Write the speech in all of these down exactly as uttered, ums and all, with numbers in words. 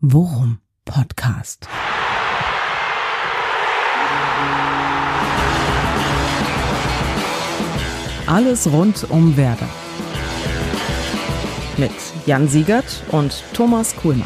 Worum Podcast. Alles rund um Werder. Mit Jan Siegert und Thomas Kuhlmann.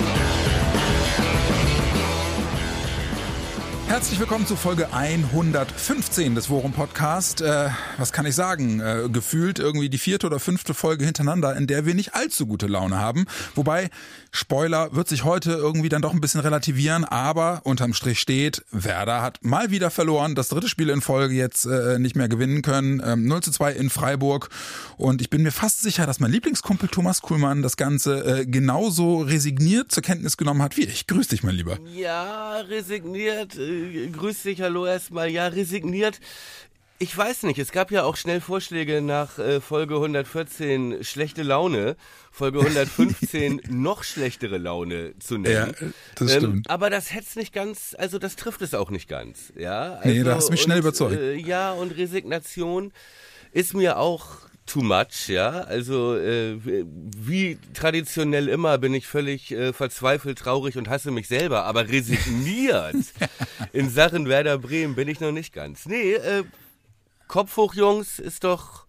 Herzlich willkommen zu Folge hundertfünfzehn des Worum Podcast. Äh, was kann ich sagen? Äh, gefühlt irgendwie die vierte oder fünfte Folge hintereinander, in der wir nicht allzu gute Laune haben. Wobei, Spoiler, wird sich heute irgendwie dann doch ein bisschen relativieren, aber unterm Strich steht, Werder hat mal wieder verloren, das dritte Spiel in Folge jetzt äh, nicht mehr gewinnen können. Ähm, null zu zwei in Freiburg. Und ich bin mir fast sicher, dass mein Lieblingskumpel Thomas Kuhlmann das Ganze äh, genauso resigniert zur Kenntnis genommen hat wie ich. Grüß dich, mein Lieber. Ja, resigniert. Äh, grüß dich, hallo erstmal. Ja, resigniert. Ich weiß nicht, es gab ja auch schnell Vorschläge nach äh, Folge hundertvierzehn schlechte Laune, Folge hundertfünfzehn noch schlechtere Laune zu nennen. Ja, das stimmt. Ähm, aber das hätt's nicht ganz, also das trifft es auch nicht ganz. Ja, also, nee, da hast du mich schnell und, überzeugt. Äh, ja, und Resignation ist mir auch too much, ja, also äh, wie traditionell immer bin ich völlig äh, verzweifelt, traurig und hasse mich selber, aber resigniert in Sachen Werder Bremen bin ich noch nicht ganz. Nee, äh, Kopf hoch, Jungs, ist doch,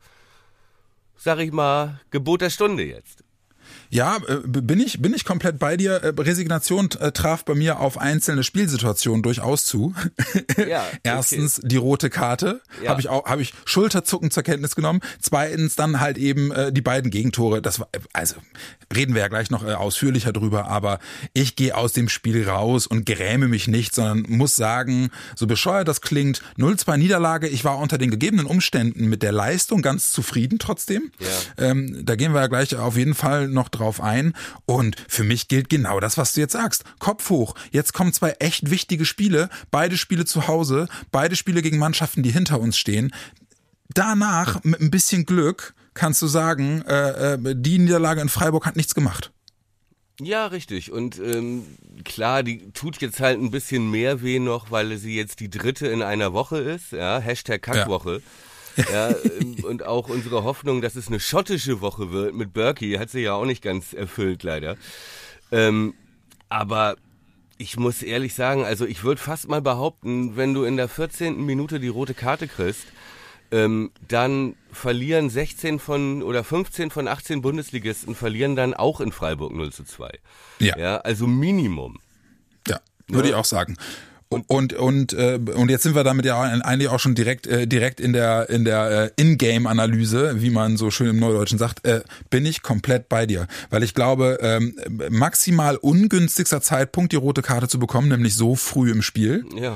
sag ich mal, Gebot der Stunde jetzt. Ja, bin ich, bin ich komplett bei dir. Resignation traf bei mir auf einzelne Spielsituationen durchaus zu. Ja, okay. Erstens die rote Karte, ja. habe ich auch, habe ich schulterzuckend zur Kenntnis genommen. Zweitens dann halt eben äh, die beiden Gegentore. Das war, also reden wir ja gleich noch äh, ausführlicher drüber, aber ich gehe aus dem Spiel raus und gräme mich nicht, sondern muss sagen, so bescheuert das klingt, null zwei Niederlage. Ich war unter den gegebenen Umständen mit der Leistung ganz zufrieden trotzdem. Ja. Ähm, da gehen wir ja gleich auf jeden Fall noch drauf ein. Und für mich gilt genau das, was du jetzt sagst. Kopf hoch. Jetzt kommen zwei echt wichtige Spiele. Beide Spiele zu Hause. Beide Spiele gegen Mannschaften, die hinter uns stehen. Danach, mit ein bisschen Glück, kannst du sagen, äh, die Niederlage in Freiburg hat nichts gemacht. Ja, richtig. Und ähm, klar, die tut jetzt halt ein bisschen mehr weh noch, weil sie jetzt die dritte in einer Woche ist. Ja, Hashtag Kackwoche. Ja. Ja, und auch unsere Hoffnung, dass es eine schottische Woche wird mit Berkey, hat sie ja auch nicht ganz erfüllt, leider. Ähm, aber ich muss ehrlich sagen, also ich würde fast mal behaupten, wenn du in der vierzehnten Minute die rote Karte kriegst, ähm, dann verlieren sechzehn von oder fünfzehn von achtzehn Bundesligisten verlieren dann auch in Freiburg null zu zwei. Ja. Ja, also Minimum. Ja, würde ja. ich auch sagen. Und und und, äh, und jetzt sind wir damit ja eigentlich auch schon direkt äh, direkt in der in der äh, In-Game-Analyse, wie man so schön im Neudeutschen sagt, äh, bin ich komplett bei dir, weil ich glaube, ähm, maximal ungünstigster Zeitpunkt die rote Karte zu bekommen, nämlich so früh im Spiel. Ja.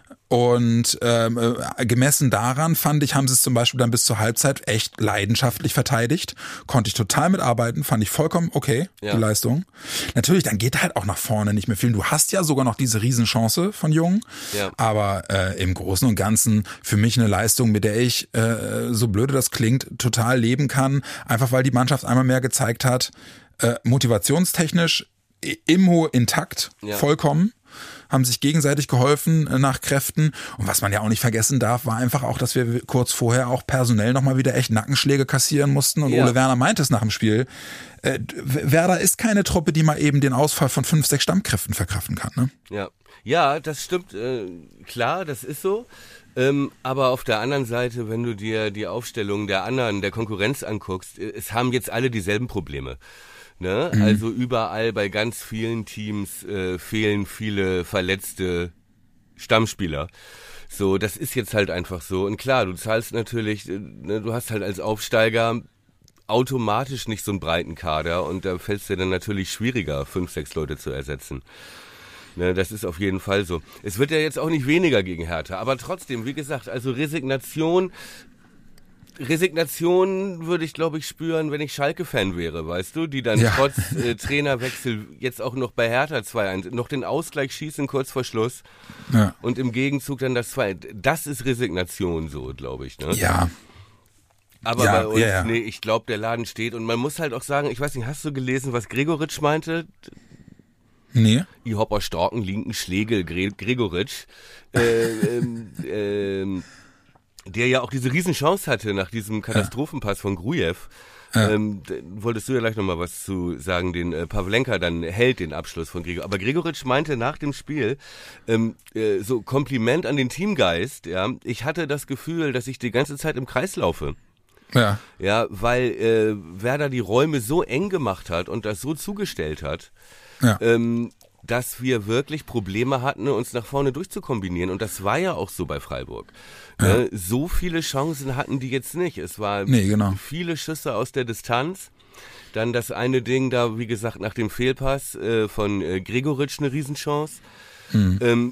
Und ähm, äh, gemessen daran, fand ich, haben sie es zum Beispiel dann bis zur Halbzeit echt leidenschaftlich verteidigt. Konnte ich total mitarbeiten, fand ich vollkommen okay, ja. Die Leistung. Natürlich, dann geht halt auch nach vorne nicht mehr viel. Du hast ja sogar noch diese Riesenchance von Jung. Ja. Aber äh, im Großen und Ganzen für mich eine Leistung, mit der ich, äh, so blöde das klingt, total leben kann. Einfach weil die Mannschaft einmal mehr gezeigt hat, äh, motivationstechnisch immo intakt, ja. Vollkommen. Haben sich gegenseitig geholfen nach Kräften. Und was man ja auch nicht vergessen darf, war einfach auch, dass wir kurz vorher auch personell nochmal wieder echt Nackenschläge kassieren mussten. Und ja. Ole Werner meinte es nach dem Spiel. Äh, Werder ist keine Truppe, die mal eben den Ausfall von fünf, sechs Stammkräften verkraften kann. Ne? Ja. ja, das stimmt. Äh, klar, das ist so. Ähm, aber auf der anderen Seite, wenn du dir die Aufstellung der anderen, der Konkurrenz anguckst, es haben jetzt alle dieselben Probleme. Ne? Mhm. Also überall bei ganz vielen Teams äh, fehlen viele verletzte Stammspieler. So, das ist jetzt halt einfach so. Und klar, du zahlst natürlich, äh, ne, du hast halt als Aufsteiger automatisch nicht so einen breiten Kader und da fällt es dir dann natürlich schwieriger, fünf, sechs Leute zu ersetzen. Ne, das ist auf jeden Fall so. Es wird ja jetzt auch nicht weniger gegen Hertha, aber trotzdem, wie gesagt, also Resignation... Resignation würde ich, glaube ich, spüren, wenn ich Schalke-Fan wäre, weißt du, die dann ja. trotz äh, Trainerwechsel jetzt auch noch bei Hertha zwei eins noch den Ausgleich schießen kurz vor Schluss ja. und im Gegenzug dann das zwei. Das ist Resignation so, glaube ich. Ne? Ja. Aber ja, bei uns, ja, ja. nee, ich glaube, der Laden steht und man muss halt auch sagen, ich weiß nicht, hast du gelesen, was Gregoritsch meinte? Nee. Ich hab aus starken linken Schlägel, Gre- Gregoritsch. Äh, ähm, ähm, der ja auch diese Riesenchance hatte nach diesem Katastrophenpass von Grujew. Ja. Ähm, wolltest du ja gleich nochmal was zu sagen, den äh, Pavlenka dann hält den Abschluss von Gregoritsch. Aber Gregoritsch meinte nach dem Spiel, ähm, äh, so Kompliment an den Teamgeist, ja, ich hatte das Gefühl, dass ich die ganze Zeit im Kreis laufe. Ja. Ja, weil äh, Werder die Räume so eng gemacht hat und das so zugestellt hat, ja. ähm, dass wir wirklich Probleme hatten, uns nach vorne durchzukombinieren. Und das war ja auch so bei Freiburg. Ja. Äh, so viele Chancen hatten die jetzt nicht. Es war nee, genau. viele Schüsse aus der Distanz. Dann das eine Ding da, wie gesagt, nach dem Fehlpass äh, von äh, Gregoritsch eine Riesenchance. Hm. Ähm,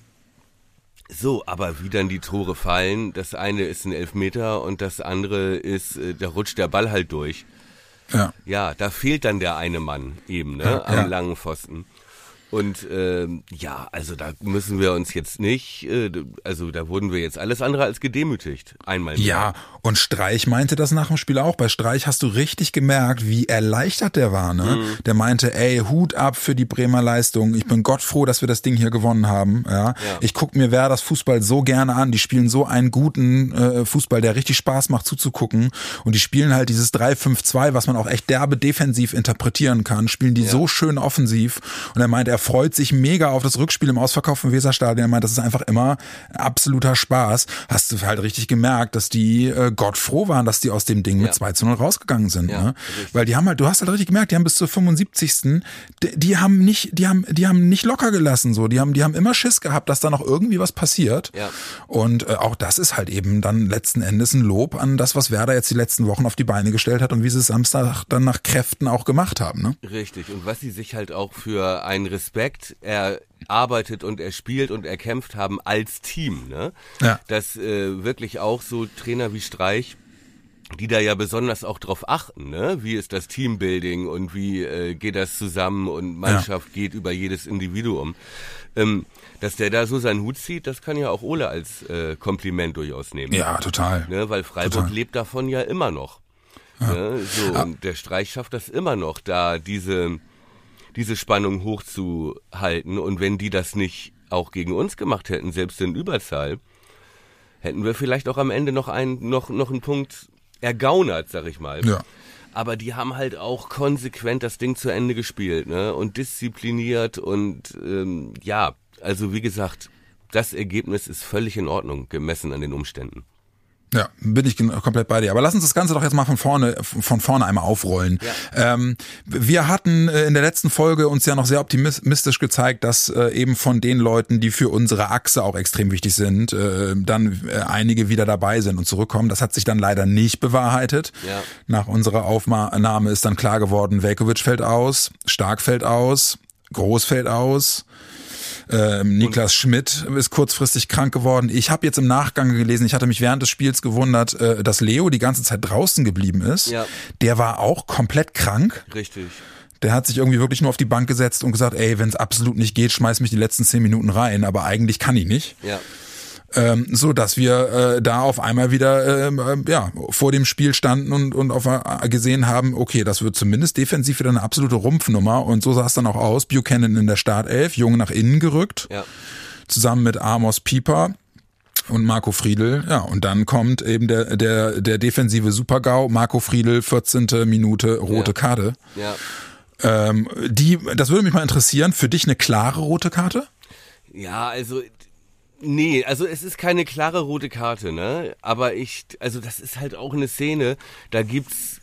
so, aber wie dann die Tore fallen, das eine ist ein Elfmeter und das andere ist, äh, da rutscht der Ball halt durch. Ja. Ja, da fehlt dann der eine Mann eben, ne, ja, am ja. langen Pfosten. Und ähm, ja, also da müssen wir uns jetzt nicht, äh, also da wurden wir jetzt alles andere als gedemütigt, einmal mehr. Ja, und Streich meinte das nach dem Spiel auch. Bei Streich hast du richtig gemerkt, wie erleichtert der war. Ne? Mhm. Der meinte, ey, Hut ab für die Bremer Leistung. Ich bin Gott froh, dass wir das Ding hier gewonnen haben. Ja, ja. Ich guck mir Werders Fußball so gerne an. Die spielen so einen guten äh, Fußball, der richtig Spaß macht zuzugucken. Und die spielen halt dieses drei fünf zwei, was man auch echt derbe defensiv interpretieren kann. Spielen die ja. so schön offensiv. Und er meinte, er freut sich mega auf das Rückspiel im ausverkauften Weserstadion. Er meint, das ist einfach immer absoluter Spaß. Hast du halt richtig gemerkt, dass die äh, Gott froh waren, dass die aus dem Ding ja. mit zwei zu null rausgegangen sind. Ja, ne? Weil die haben halt, du hast halt richtig gemerkt, die haben bis zur fünfundsiebzigsten Die, die haben nicht, die haben, die haben nicht locker gelassen. So, die haben, die haben immer Schiss gehabt, dass da noch irgendwie was passiert. Ja. Und äh, auch das ist halt eben dann letzten Endes ein Lob an das, was Werder jetzt die letzten Wochen auf die Beine gestellt hat und wie sie es Samstag dann nach Kräften auch gemacht haben. Ne? Richtig. Und was sie sich halt auch für einen Respekt erarbeitet und erspielt und erkämpft haben als Team, ne? Ja. Dass äh, wirklich auch so Trainer wie Streich, die da ja besonders auch drauf achten, ne? Wie ist das Teambuilding und wie äh, geht das zusammen und Mannschaft ja. geht über jedes Individuum. Ähm, dass der da so seinen Hut zieht, das kann ja auch Ole als äh, Kompliment durchaus nehmen. Ja, total. Ne? Weil Freiburg total. lebt davon ja immer noch. Ja. Ne? So, ja. Und der Streich schafft das immer noch, da diese diese Spannung hochzuhalten. Und wenn die das nicht auch gegen uns gemacht hätten, selbst in Überzahl, hätten wir vielleicht auch am Ende noch einen, noch, noch einen Punkt ergaunert, sag ich mal. Ja. Aber die haben halt auch konsequent das Ding zu Ende gespielt, ne? Und diszipliniert und ähm, ja, also wie gesagt, das Ergebnis ist völlig in Ordnung, gemessen an den Umständen. Ja, bin ich komplett bei dir. Aber lass uns das Ganze doch jetzt mal von vorne, von vorne einmal aufrollen. Ja. Ähm, wir hatten in der letzten Folge uns ja noch sehr optimistisch gezeigt, dass äh, eben von den Leuten, die für unsere Achse auch extrem wichtig sind, äh, dann äh, einige wieder dabei sind und zurückkommen. Das hat sich dann leider nicht bewahrheitet. Ja. Nach unserer Aufnahme ist dann klar geworden, Veljković fällt aus, Stark fällt aus, Groß fällt aus. Ähm, Niklas Schmidt ist kurzfristig krank geworden. Ich habe jetzt im Nachgang gelesen, ich hatte mich während des Spiels gewundert, äh, dass Leo die ganze Zeit draußen geblieben ist. Ja. Der war auch komplett krank. Richtig. Der hat sich irgendwie wirklich nur auf die Bank gesetzt und gesagt, ey, wenn es absolut nicht geht, schmeiß mich die letzten zehn Minuten rein. Aber eigentlich kann ich nicht. Ja. Ähm, so dass wir äh, da auf einmal wieder äh, ja vor dem Spiel standen und und auf äh, gesehen haben, okay, das wird zumindest defensiv wieder eine absolute Rumpfnummer und so sah es dann auch aus. Buchanan in der Startelf, Jung nach innen gerückt, ja. zusammen mit Amos Pieper und Marco Friedl. Ja, und dann kommt eben der der der defensive Super-GAU, Marco Friedl, vierzehnte Minute, rote ja. Karte. Ja. Ähm, die, das würde mich mal interessieren. Für dich eine klare rote Karte? Ja, also nee, also es ist keine klare rote Karte, ne? Aber ich, also das ist halt auch eine Szene, da gibt's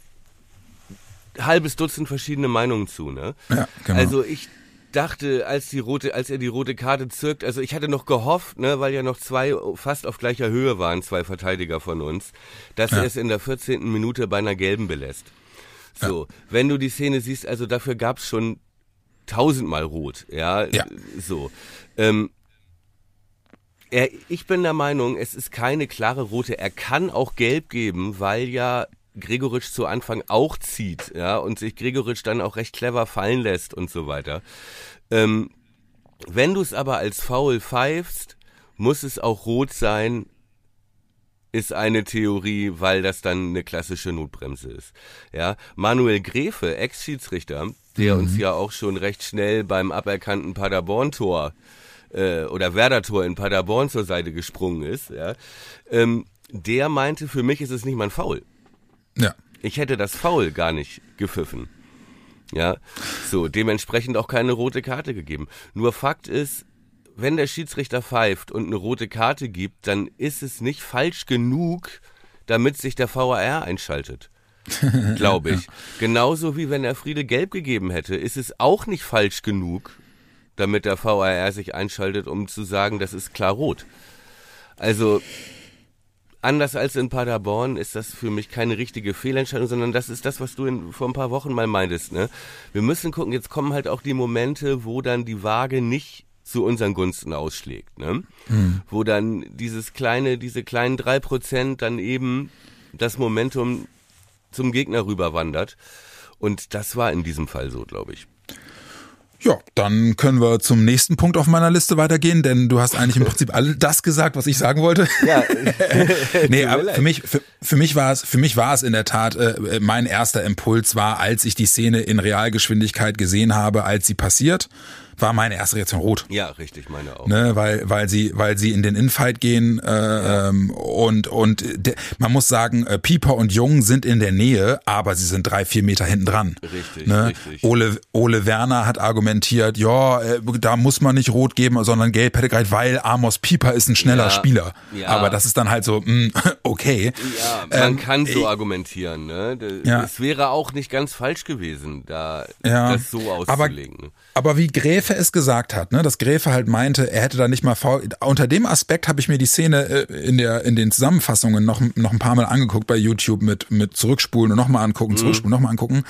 halbes Dutzend verschiedene Meinungen zu, ne? Ja, genau. Also ich dachte, als die rote, als er die rote Karte zirkt, also ich hatte noch gehofft, ne, weil ja noch zwei fast auf gleicher Höhe waren, zwei Verteidiger von uns, dass ja. er es in der vierzehnten Minute bei einer gelben belässt. So, ja. Wenn du die Szene siehst, also dafür gab's schon tausendmal rot, ja, ja. so. Ähm, Er, ich bin der Meinung, es ist keine klare rote. Er kann auch gelb geben, weil ja Gregoritsch zu Anfang auch zieht, ja, und sich Gregoritsch dann auch recht clever fallen lässt und so weiter. Ähm, wenn du es aber als Foul pfeifst, muss es auch rot sein, ist eine Theorie, weil das dann eine klassische Notbremse ist. Ja, Manuel Gräfe, Ex-Schiedsrichter, der mhm. uns ja auch schon recht schnell beim aberkannten Paderborn-Tor oder Werder-Tor in Paderborn zur Seite gesprungen ist, ja, ähm, der meinte, für mich ist es nicht mal ein Foul. Ja. Ich hätte das Foul gar nicht gepfiffen. Ja, so, dementsprechend auch keine rote Karte gegeben. Nur Fakt ist, wenn der Schiedsrichter pfeift und eine rote Karte gibt, dann ist es nicht falsch genug, damit sich der V A R einschaltet. Glaube ich. Genauso wie wenn er Friedel gelb gegeben hätte, ist es auch nicht falsch genug, damit der V A R sich einschaltet, um zu sagen, das ist klar rot. Also anders als in Paderborn ist das für mich keine richtige Fehlentscheidung, sondern das ist das, was du in, vor ein paar Wochen mal meintest. Ne? Wir müssen gucken, jetzt kommen halt auch die Momente, wo dann die Waage nicht zu unseren Gunsten ausschlägt. Ne? Mhm. Wo dann dieses kleine, diese kleinen drei Prozent dann eben das Momentum zum Gegner rüberwandert. Und das war in diesem Fall so, glaube ich. Ja, dann können wir zum nächsten Punkt auf meiner Liste weitergehen, denn du hast eigentlich im Prinzip all das gesagt, was ich sagen wollte. Ja. Nee, aber für mich, für, für mich war es, für mich war es in der Tat, äh, mein erster Impuls war, als ich die Szene in Realgeschwindigkeit gesehen habe, als sie passiert, war meine erste Reaktion rot. Ja, richtig, meine auch. Ne, weil, weil sie, weil sie in den Infight gehen, äh, ja. ähm, und, und de, man muss sagen, äh, Pieper und Jung sind in der Nähe, aber sie sind drei, vier Meter hinten dran. Richtig, ne? richtig. Ole, Ole Werner hat argumentiert, ja, äh, da muss man nicht rot geben, sondern gelb hätte gereicht, weil Amos Pieper ist ein schneller ja. Spieler. Ja. Aber das ist dann halt so, mh, okay. Ja, man ähm, kann so äh, argumentieren, ne? Das, ja. Es wäre auch nicht ganz falsch gewesen, da ja. das so auszulegen. Aber, aber wie Gräfe es gesagt hat, ne, dass Gräfe halt meinte, er hätte da nicht mal faul. Unter dem Aspekt habe ich mir die Szene in der in den Zusammenfassungen noch noch ein paar Mal angeguckt bei YouTube mit mit zurückspulen und nochmal angucken, mhm. zurückspulen, nochmal angucken.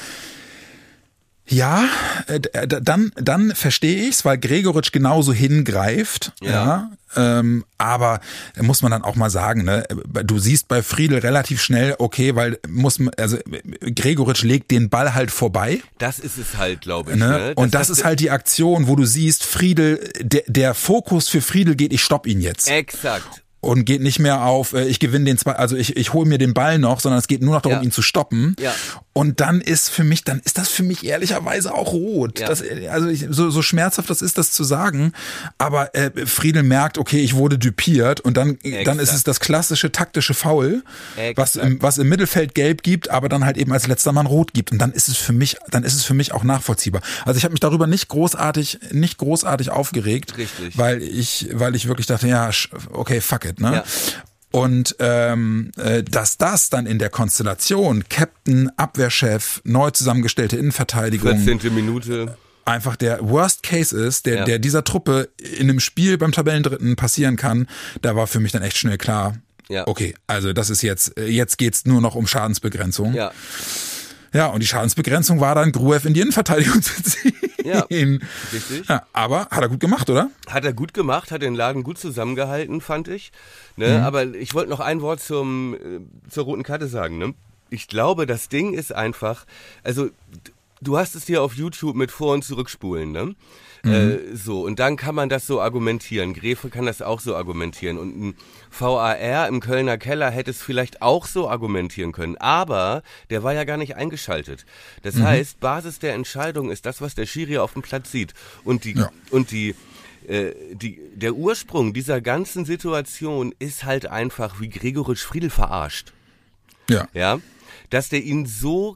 Ja, äh, dann dann verstehe ich's, weil Gregoritsch genauso hingreift, ja. ja ähm, aber muss man dann auch mal sagen, ne, du siehst bei Friedel relativ schnell, okay, weil muss man, also Gregoritsch legt den Ball halt vorbei. Das ist es halt, glaube ich. Ne? Ne? Und das, das ist halt die Aktion, wo du siehst, Friedel, der, der Fokus für Friedel geht, ich stopp ihn jetzt. Exakt. Und geht nicht mehr auf, äh, ich gewinne den zwei, also ich ich hole mir den Ball noch, sondern es geht nur noch darum, ja. ihn zu stoppen. Ja. Und dann ist für mich, dann ist das für mich ehrlicherweise auch rot. Ja. Das, also ich, so, so schmerzhaft das ist, das zu sagen. Aber äh, Friedel merkt, okay, ich wurde düpiert und dann Exakt. dann ist es das klassische taktische Foul, was im, was im Mittelfeld gelb gibt, aber dann halt eben als letzter Mann rot gibt. Und dann ist es für mich, dann ist es für mich auch nachvollziehbar. Also ich habe mich darüber nicht großartig, nicht großartig aufgeregt, Richtig. weil ich, weil ich wirklich dachte, ja, okay, fuck it. Ne? Ja. Und ähm, äh, dass das dann in der Konstellation Captain, Abwehrchef, neu zusammengestellte Innenverteidigung, vierzehnte Minute einfach der Worst Case ist, der, ja. der dieser Truppe in einem Spiel beim Tabellendritten passieren kann, da war für mich dann echt schnell klar, ja. okay, also das ist jetzt, jetzt geht's nur noch um Schadensbegrenzung. Ja. Ja, und die Schadensbegrenzung war dann, Gruev in die Innenverteidigung zu ziehen. Ja, richtig. Ja, aber hat er gut gemacht, oder? Hat er gut gemacht, hat den Laden gut zusammengehalten, fand ich. Ne? Mhm. Aber ich wollte noch ein Wort zum, zur roten Karte sagen. Ne? Ich glaube, das Ding ist einfach, also du hast es hier auf YouTube mit Vor- und Zurückspulen, ne? Mhm. Äh, so, und dann kann man das so argumentieren. Gräfe kann das auch so argumentieren. Und ein V A R im Kölner Keller hätte es vielleicht auch so argumentieren können. Aber der war ja gar nicht eingeschaltet. Das mhm. heißt, Basis der Entscheidung ist das, was der Schiri auf dem Platz sieht. Und die, ja. und die, äh, die, der Ursprung dieser ganzen Situation ist halt einfach, wie Gregoritsch Friedel verarscht. Ja. Ja. Dass der ihn so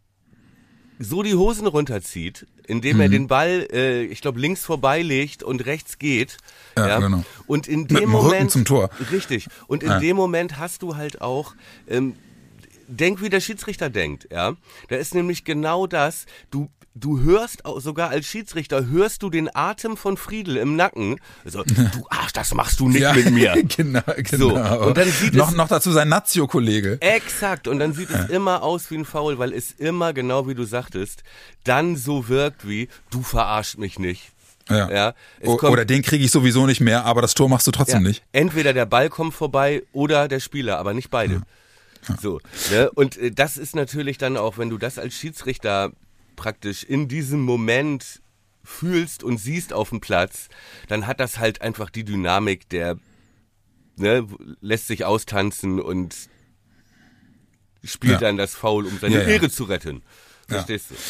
so die Hosen runterzieht, indem mhm. er den Ball, äh, ich glaube, links vorbeilegt und rechts geht. Ja, ja. genau. Und in dem Mit dem Moment Rücken zum Tor. Richtig. Und in ja. dem Moment hast du halt auch, ähm, denk wie der Schiedsrichter denkt, ja. Da ist nämlich genau das, du Du hörst auch, sogar als Schiedsrichter, hörst du den Atem von Friedel im Nacken. So, du Arsch, das machst du nicht ja, mit mir. Genau, genau. So, und dann sieht noch, es, noch dazu sein Nazio-Kollege. Exakt. Und dann sieht es immer aus wie ein Foul, weil es immer, genau wie du sagtest, dann so wirkt wie, du verarscht mich nicht. Ja. Ja, es o- kommt, oder den kriege ich sowieso nicht mehr, aber das Tor machst du trotzdem ja, nicht. Entweder der Ball kommt vorbei oder der Spieler, aber nicht beide. Ja. Ja. So, ne? Und äh, das ist natürlich dann auch, wenn du das als Schiedsrichter praktisch in diesem Moment fühlst und siehst auf dem Platz, dann hat das halt einfach die Dynamik, der ne, lässt sich austanzen und spielt ja. dann das Foul, um seine ja, ja. Ehre zu retten. Verstehst ja.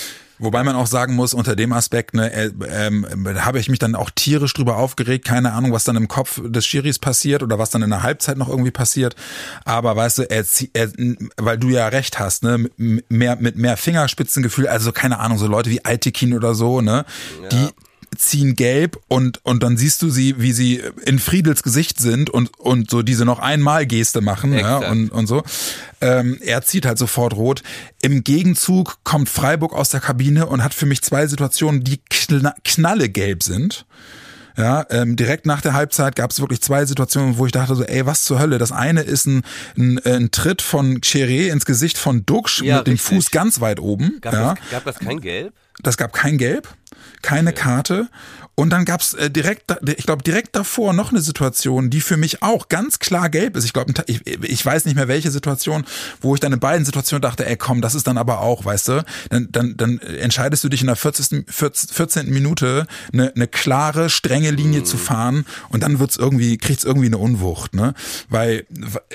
Wobei man auch sagen muss, unter dem Aspekt, ne, äh, ähm, habe ich mich dann auch tierisch drüber aufgeregt, keine Ahnung, was dann im Kopf des Schiris passiert oder was dann in der Halbzeit noch irgendwie passiert. Aber weißt du, er, er, weil du ja recht hast, ne, mehr, mit mehr Fingerspitzengefühl, also keine Ahnung, so Leute wie Altekin oder so, ne, ja. die ziehen gelb und und dann siehst du sie, wie sie in Friedels Gesicht sind und und so diese noch einmal Geste machen, ja, und und so. Ähm, er zieht halt sofort rot. Im Gegenzug kommt Freiburg aus der Kabine und hat für mich zwei Situationen, die kn- knallegelb sind. Ja, ähm, direkt nach der Halbzeit gab es wirklich zwei Situationen, wo ich dachte so, ey, was zur Hölle? Das eine ist ein, ein, ein Tritt von Cheré ins Gesicht von Duxch ja, mit richtig. Dem Fuß ganz weit oben. Gab, ja. das, gab das kein Gelb? Das gab kein Gelb, keine okay. Karte. Und dann gab's äh, direkt, ich glaube direkt davor noch eine Situation, die für mich auch ganz klar gelb ist. Ich glaube, ich, ich weiß nicht mehr welche Situation, wo ich dann in beiden Situationen dachte, ey komm, das ist dann aber auch, weißt du, dann dann dann entscheidest du dich in der vierzigsten vierzehnten Minute eine, eine klare, strenge Linie mhm. zu fahren und dann wird's irgendwie, kriegt's irgendwie eine Unwucht, ne? Weil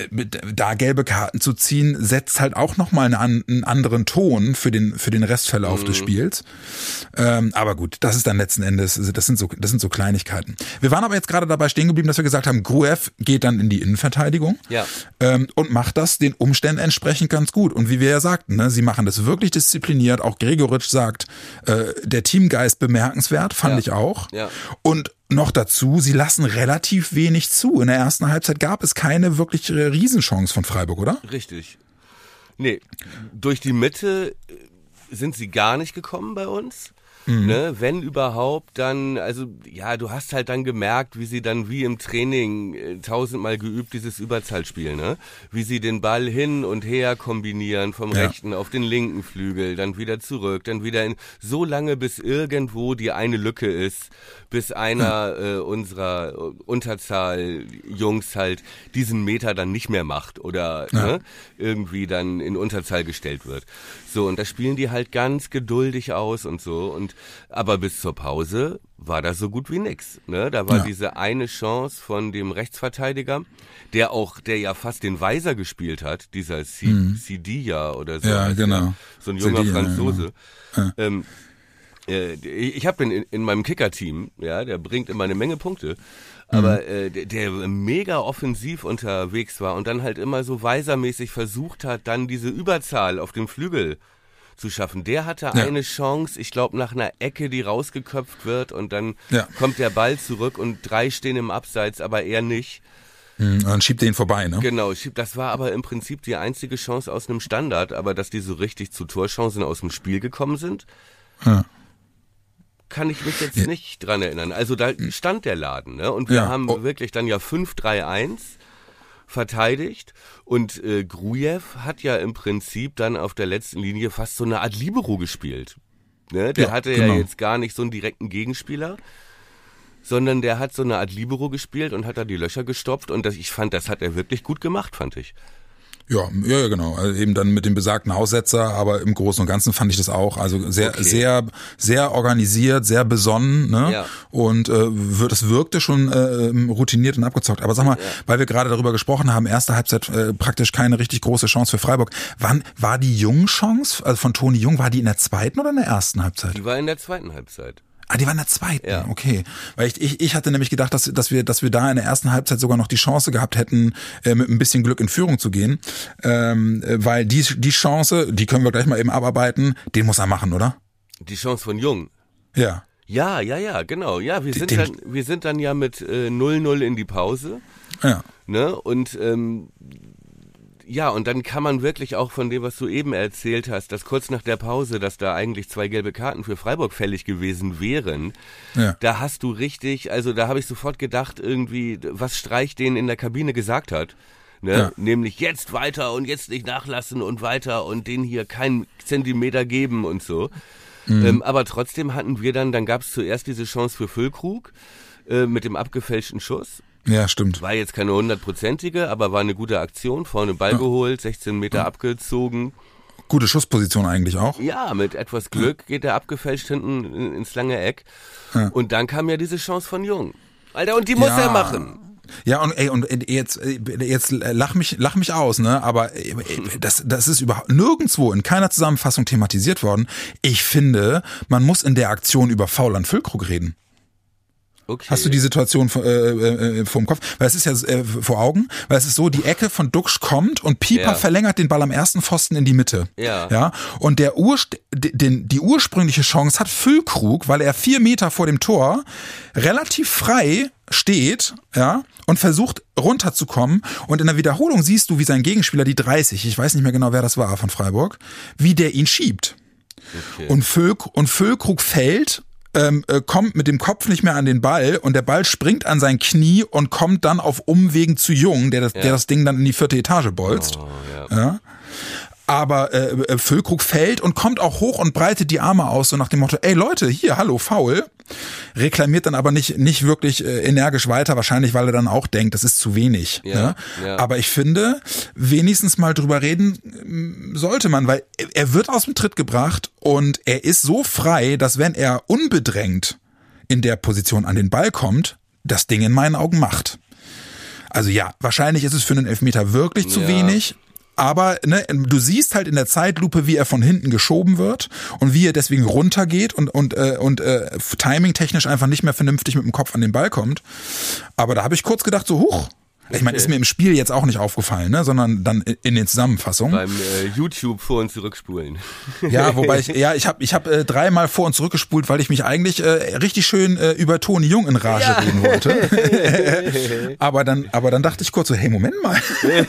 da gelbe Karten zu ziehen, setzt halt auch nochmal einen, einen anderen Ton für den für den Restverlauf mhm. des Spiels. Ähm, aber gut, das ist dann letzten Endes, das sind so, das sind so Kleinigkeiten. Wir waren aber jetzt gerade dabei stehen geblieben, dass wir gesagt haben, Gruev geht dann in die Innenverteidigung ja. ähm, und macht das den Umständen entsprechend ganz gut. Und wie wir ja sagten, ne, sie machen das wirklich diszipliniert. Auch Gregoritsch sagt, äh, der Teamgeist bemerkenswert, fand ja. ich auch. Ja. Und noch dazu, sie lassen relativ wenig zu. In der ersten Halbzeit gab es keine wirklich Riesenchance von Freiburg, oder? Richtig. Nee, durch die Mitte sind sie gar nicht gekommen bei uns. Mhm. Ne, wenn überhaupt, dann, also ja, du hast halt dann gemerkt, wie sie dann wie im Training äh, tausendmal geübt, dieses Überzahlspiel, ne? Wie sie den Ball hin und her kombinieren, vom ja. rechten auf den linken Flügel, dann wieder zurück, dann wieder in, so lange bis irgendwo die eine Lücke ist, bis einer mhm. äh, unserer Unterzahl-Jungs halt diesen Meter dann nicht mehr macht oder ja. ne, irgendwie dann in Unterzahl gestellt wird. So, und das spielen die halt ganz geduldig aus und so. Und aber bis zur Pause war da so gut wie nix. Ne? Da war ja. diese eine Chance von dem Rechtsverteidiger, der auch, der ja fast den Weiser gespielt hat, dieser Sidia mhm. oder so. Ja, genau. Der, so ein junger Sidia, Franzose. Ja, ja. Ähm, äh, ich habe den in, in meinem Kicker-Team, ja, der bringt immer eine Menge Punkte. Aber äh, der, der mega offensiv unterwegs war und dann halt immer so weisermäßig versucht hat, dann diese Überzahl auf dem Flügel zu schaffen. Der hatte ja. eine Chance, ich glaube nach einer Ecke, die rausgeköpft wird und dann ja. kommt der Ball zurück und drei stehen im Abseits, aber er nicht. Und dann schiebt er ihn vorbei, ne? Genau, das war aber im Prinzip die einzige Chance aus einem Standard, aber dass die so richtig zu Torchancen aus dem Spiel gekommen sind, ja. kann ich mich jetzt ja. nicht dran erinnern. Also da stand der Laden, ne? Und wir ja. haben oh. wirklich dann ja fünf drei eins verteidigt und äh, Grujew hat ja im Prinzip dann auf der letzten Linie fast so eine Art Libero gespielt. Ne? Der ja, hatte genau. ja jetzt gar nicht so einen direkten Gegenspieler, sondern der hat so eine Art Libero gespielt und hat da die Löcher gestopft und das, ich fand, das hat er wirklich gut gemacht, fand ich. Ja, ja, genau. Also eben dann mit dem besagten Aussetzer, aber im Großen und Ganzen fand ich das auch. Also sehr, okay. sehr, sehr organisiert, sehr besonnen, ne? Ja. Und äh, das wirkte schon äh, routiniert und abgezockt. Aber sag mal, ja. weil wir gerade darüber gesprochen haben, erste Halbzeit äh, praktisch keine richtig große Chance für Freiburg. Wann war die Jung-Chance, also von Toni Jung, war die in der zweiten oder in der ersten Halbzeit? Die war in der zweiten Halbzeit. Ah, die war in der zweiten, ja. okay. Weil ich, ich, ich hatte nämlich gedacht, dass, dass wir, dass wir da in der ersten Halbzeit sogar noch die Chance gehabt hätten, äh, mit ein bisschen Glück in Führung zu gehen. Ähm, weil die, die Chance, die können wir gleich mal eben abarbeiten, den muss er machen, oder? Die Chance von Jung? Ja. Ja, ja, ja, genau. Ja, wir sind den, dann, wir sind dann ja mit äh, null null in die Pause. Ja. Ne? Und, ähm, ja, und dann kann man wirklich auch von dem, was du eben erzählt hast, dass kurz nach der Pause, dass da eigentlich zwei gelbe Karten für Freiburg fällig gewesen wären, ja. da hast du richtig, also da habe ich sofort gedacht, irgendwie, was Streich denen in der Kabine gesagt hat, ne? Ja. Nämlich jetzt weiter und jetzt nicht nachlassen und weiter und denen hier keinen Zentimeter geben und so. Mhm. Ähm, aber trotzdem hatten wir dann, dann gab es zuerst diese Chance für Füllkrug äh, mit dem abgefälschten Schuss. Ja, stimmt. War jetzt keine hundertprozentige, aber war eine gute Aktion. Vorne Ball ja. geholt, sechzehn Meter ja. abgezogen. Gute Schussposition eigentlich auch. Ja, mit etwas Glück geht er abgefälscht hinten ins lange Eck. Ja. Und dann kam ja diese Chance von Jung. Alter, und die muss ja. er machen. Ja, und ey, und jetzt, jetzt lach mich, lach mich aus, ne? Aber das, das ist überhaupt nirgendwo in keiner Zusammenfassung thematisiert worden. Ich finde, man muss in der Aktion über Fauland Füllkrug reden. Okay. Hast du die Situation äh, äh, vom Kopf? Weil es ist ja äh, vor Augen, weil es ist so, die Ecke von Duxch kommt und Pieper ja. verlängert den Ball am ersten Pfosten in die Mitte. Ja. Ja. Und der Ur, den, die ursprüngliche Chance hat Füllkrug, weil er vier Meter vor dem Tor relativ frei steht, ja, und versucht runterzukommen. Und in der Wiederholung siehst du, wie sein Gegenspieler, die dreißig, ich weiß nicht mehr genau, wer das war von Freiburg, wie der ihn schiebt. Okay. Und Füllkrug, und Füllkrug fällt, ähm, äh, kommt mit dem Kopf nicht mehr an den Ball und der Ball springt an sein Knie und kommt dann auf Umwegen zu Jung, der das, ja. der das Ding dann in die vierte Etage bolzt. Oh, ja. Ja. Aber äh, Füllkrug fällt und kommt auch hoch und breitet die Arme aus, so nach dem Motto, ey Leute, hier, hallo, Foul. Reklamiert dann aber nicht nicht wirklich äh, energisch weiter, wahrscheinlich, weil er dann auch denkt, das ist zu wenig. Ja, ne? Ja. Aber ich finde, wenigstens mal drüber reden sollte man, weil er wird aus dem Tritt gebracht und er ist so frei, dass wenn er unbedrängt in der Position an den Ball kommt, das Ding in meinen Augen macht. Also ja, wahrscheinlich ist es für einen Elfmeter wirklich zu ja. wenig. Aber ne, du siehst halt in der Zeitlupe, wie er von hinten geschoben wird und wie er deswegen runtergeht und und äh, und äh, timingtechnisch einfach nicht mehr vernünftig mit dem Kopf an den Ball kommt. Aber da habe ich kurz gedacht, so huch. Ich meine, ist mir im Spiel jetzt auch nicht aufgefallen, ne, sondern dann in den Zusammenfassungen. Beim äh, YouTube vor- und zurückspulen. Ja, wobei ich, ja, ich habe ich hab, äh, dreimal vor- und zurückgespult, weil ich mich eigentlich äh, richtig schön äh, über Toni Jung in Rage ja. reden wollte. aber dann, aber dann dachte ich kurz so, hey, Moment mal.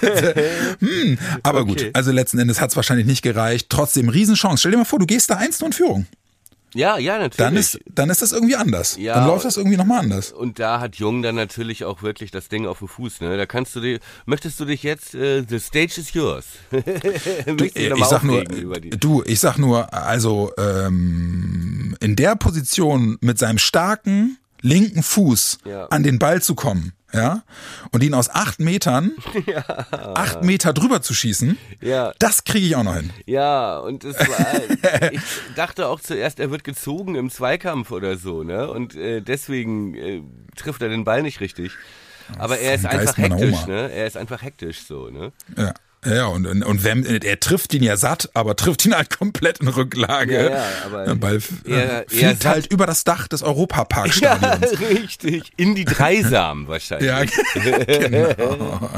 hm, aber okay. gut, also letzten Endes hat's wahrscheinlich nicht gereicht. Trotzdem Riesenchance. Stell dir mal vor, du gehst da eins null in Führung. Ja, ja, natürlich. Dann ist, dann ist das irgendwie anders. Ja, dann läuft das irgendwie nochmal anders. Und da hat Jung dann natürlich auch wirklich das Ding auf dem Fuß, ne? Da kannst du dir, möchtest du dich jetzt, äh, the stage is yours. du, ich sag nur, du, ich sag nur, also, ähm, in der Position mit seinem starken linken Fuß ja. an den Ball zu kommen, ja, und ihn aus acht Metern, ja. acht Meter drüber zu schießen, ja. das kriege ich auch noch hin. Ja, und es war, ich dachte auch zuerst, er wird gezogen im Zweikampf oder so, ne, und äh, deswegen äh, trifft er den Ball nicht richtig. Aber er ist einfach hektisch, ne, er ist einfach hektisch so, ne. Ja. Ja, und, und wenn, er trifft ihn ja satt, aber trifft ihn halt komplett in Rücklage. Ja, ja, aber der Ball er, fliegt er halt über das Dach des Europaparkstadions. Ja, richtig. In die Dreisam wahrscheinlich. Ja, genau.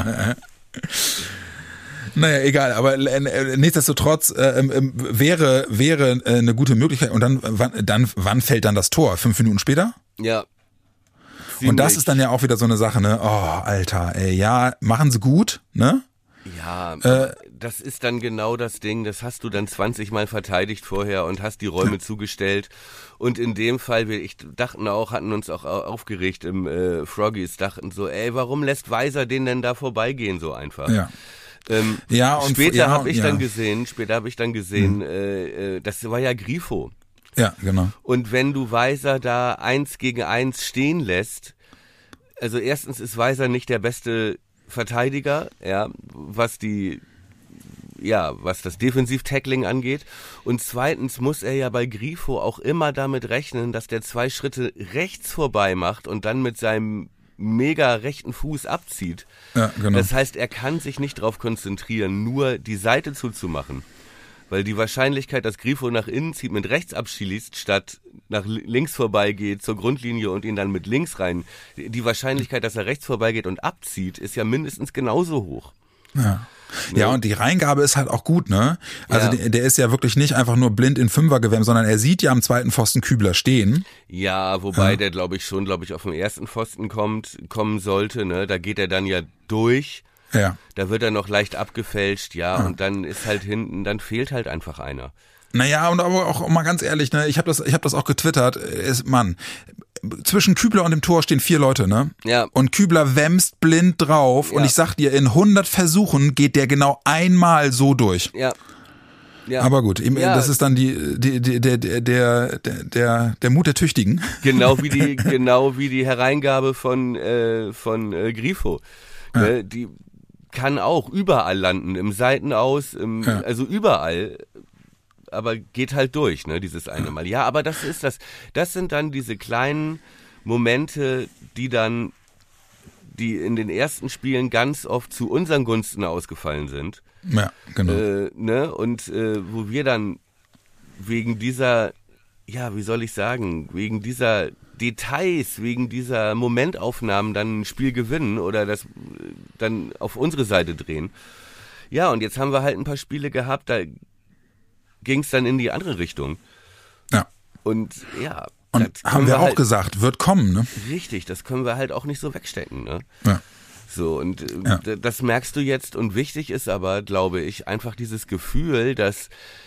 Naja, egal, aber äh, nichtsdestotrotz äh, äh, wäre wäre äh, eine gute Möglichkeit. Und dann, wann, dann, wann fällt dann das Tor? Fünf Minuten später? Ja. Und das ist dann ja auch wieder so eine Sache, ne? Oh, Alter, ey, ja, machen sie gut, ne? Ja, äh, das ist dann genau das Ding, das hast du dann zwanzig Mal verteidigt vorher und hast die Räume ja. zugestellt. Und in dem Fall, wir ich dachten auch, hatten uns auch aufgeregt im äh, Froggies, dachten so, ey, warum lässt Weiser den denn da vorbeigehen so einfach? Ja. Ähm, ja, und später ja, habe ich ja. dann gesehen, später habe ich dann gesehen, mhm. äh, äh, das war ja Grifo. Ja, genau. Und wenn du Weiser da eins gegen eins stehen lässt, also erstens ist Weiser nicht der beste Verteidiger, ja, was die, ja, was das Defensiv-Tackling angeht. Und zweitens muss er ja bei Grifo auch immer damit rechnen, dass der zwei Schritte rechts vorbei macht und dann mit seinem mega rechten Fuß abzieht. Ja, genau. Das heißt, er kann sich nicht darauf konzentrieren, nur die Seite zuzumachen. Weil die Wahrscheinlichkeit, dass Grifo nach innen zieht, mit rechts abschließt, statt nach links vorbeigeht zur Grundlinie und ihn dann mit links rein, die Wahrscheinlichkeit, dass er rechts vorbeigeht und abzieht, ist ja mindestens genauso hoch. Ja. Ja, und die Reingabe ist halt auch gut, ne? Also ja. der, der ist ja wirklich nicht einfach nur blind in Fünfer gewämmt, sondern er sieht ja am zweiten Pfosten Kübler stehen. Ja, wobei ja. der, glaube ich, schon, glaube ich, auf den ersten Pfosten kommt, kommen sollte, ne? Da geht er dann ja durch. Ja. Da wird er noch leicht abgefälscht, ja, ja, und dann ist halt hinten, dann fehlt halt einfach einer. Naja, und aber auch mal ganz ehrlich, ne, ich habe das, ich habe das auch getwittert, ist, Mann, zwischen Kübler und dem Tor stehen vier Leute, ne? Ja. Und Kübler wämst blind drauf ja. und ich sag dir, in hundert Versuchen geht der genau einmal so durch. Ja. Ja. Aber gut, ja. das ist dann die, die, die, der, der, der, der, der Mut der Tüchtigen. Genau wie die, genau wie die Hereingabe von, äh, von äh, Grifo. Ja. Ne, die kann auch überall landen, im Seitenaus, im, ja. also überall, aber geht halt durch, ne, dieses eine Mal. Ja, aber das ist das, das sind dann diese kleinen Momente, die dann die in den ersten Spielen ganz oft zu unseren Gunsten ausgefallen sind. Ja, genau. Äh, ne? Und äh, wo wir dann wegen dieser, ja, wie soll ich sagen, wegen dieser Details, wegen dieser Momentaufnahmen dann ein Spiel gewinnen oder das dann auf unsere Seite drehen. Ja, und jetzt haben wir halt ein paar Spiele gehabt, da ging es dann in die andere Richtung. Ja. Und ja. Und haben wir, wir auch halt, gesagt, wird kommen, ne? Richtig, das können wir halt auch nicht so wegstecken, ne? Ja. So, und ja. das merkst du jetzt. Und wichtig ist aber, glaube ich, einfach dieses Gefühl, dass,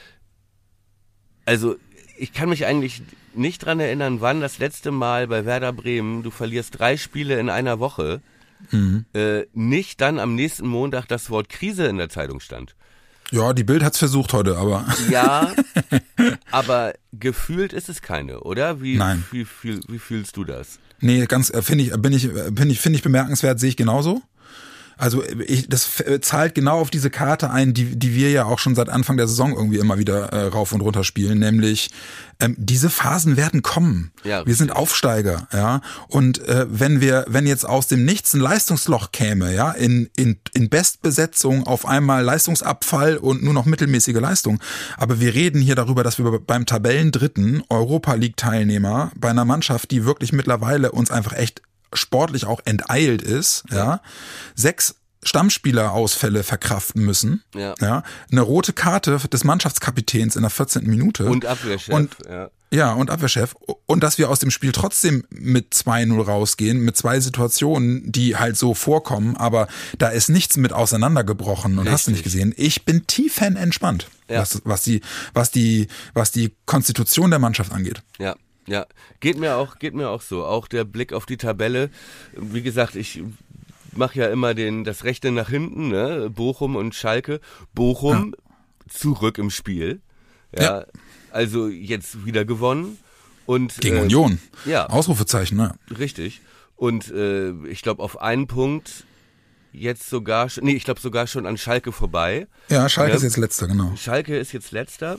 also ich kann mich eigentlich nicht dran erinnern, wann das letzte Mal bei Werder Bremen, du verlierst drei Spiele in einer Woche, mhm. äh, nicht dann am nächsten Montag das Wort Krise in der Zeitung stand. Ja, die Bild hat's versucht heute, aber... Ja, aber gefühlt ist es keine, oder? Wie, Nein. Wie, wie, wie fühlst du das? Nee, ganz, finde ich, bin ich, bin ich, finde ich bemerkenswert, sehe ich genauso. Also ich, das zahlt genau auf diese Karte ein, die, die wir ja auch schon seit Anfang der Saison irgendwie immer wieder äh, rauf und runter spielen, nämlich ähm, diese Phasen werden kommen. Ja, wir sind Aufsteiger, ja. Und äh, wenn wir, wenn jetzt aus dem Nichts ein Leistungsloch käme, ja, in in in Bestbesetzung auf einmal Leistungsabfall und nur noch mittelmäßige Leistung. Aber wir reden hier darüber, dass wir beim Tabellendritten Europa League Teilnehmer bei einer Mannschaft, die wirklich mittlerweile uns einfach echt sportlich auch enteilt ist, ja, ja. sechs Stammspielerausfälle verkraften müssen, ja. ja, eine rote Karte des Mannschaftskapitäns in der vierzehnten Minute. Und Abwehrchef. Und, ja. ja, und Abwehrchef. Und dass wir aus dem Spiel trotzdem mit zwei null rausgehen, mit zwei Situationen, die halt so vorkommen, aber da ist nichts mit auseinandergebrochen und Richtig. Hast du nicht gesehen. Ich bin tiefenentspannt, ja. was, was die, was die, was die Konstitution der Mannschaft angeht. Ja. Ja, geht mir auch, geht mir auch so. Auch der Blick auf die Tabelle. Wie gesagt, ich mache ja immer den, das Rechte nach hinten, ne? Bochum und Schalke. Bochum ja. zurück im Spiel. Ja, ja. Also jetzt wieder gewonnen. Und, Gegen äh, Union. Ja. Ausrufezeichen, ne? Richtig. Und äh, ich glaube auf einen Punkt jetzt sogar, nee, ich glaube sogar schon an Schalke vorbei. Ja, Schalke ja. ist jetzt letzter, genau. Schalke ist jetzt letzter.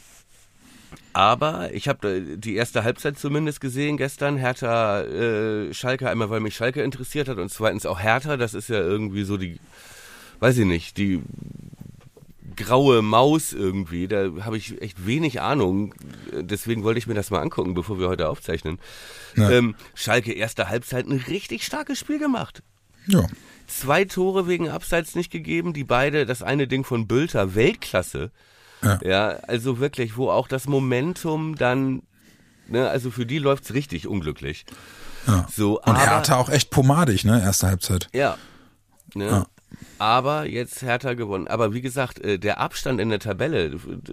Aber ich habe die erste Halbzeit zumindest gesehen gestern, Hertha, äh, Schalke, einmal weil mich Schalke interessiert hat und zweitens auch Hertha, das ist ja irgendwie so die, weiß ich nicht, die graue Maus irgendwie, da habe ich echt wenig Ahnung, deswegen wollte ich mir das mal angucken, bevor wir heute aufzeichnen. Ja. Ähm, Schalke erste Halbzeit ein richtig starkes Spiel gemacht. Ja. Zwei Tore wegen Abseits nicht gegeben, die beide, das eine Ding von Bülter, Weltklasse. Ja. ja, also wirklich, wo auch das Momentum dann, ne, also für die läuft's richtig unglücklich. Ja. So, und aber, Hertha auch echt pomadig, ne, erste Halbzeit. Ja, ne, ja. Aber jetzt Hertha gewonnen. Aber wie gesagt, der Abstand in der Tabelle,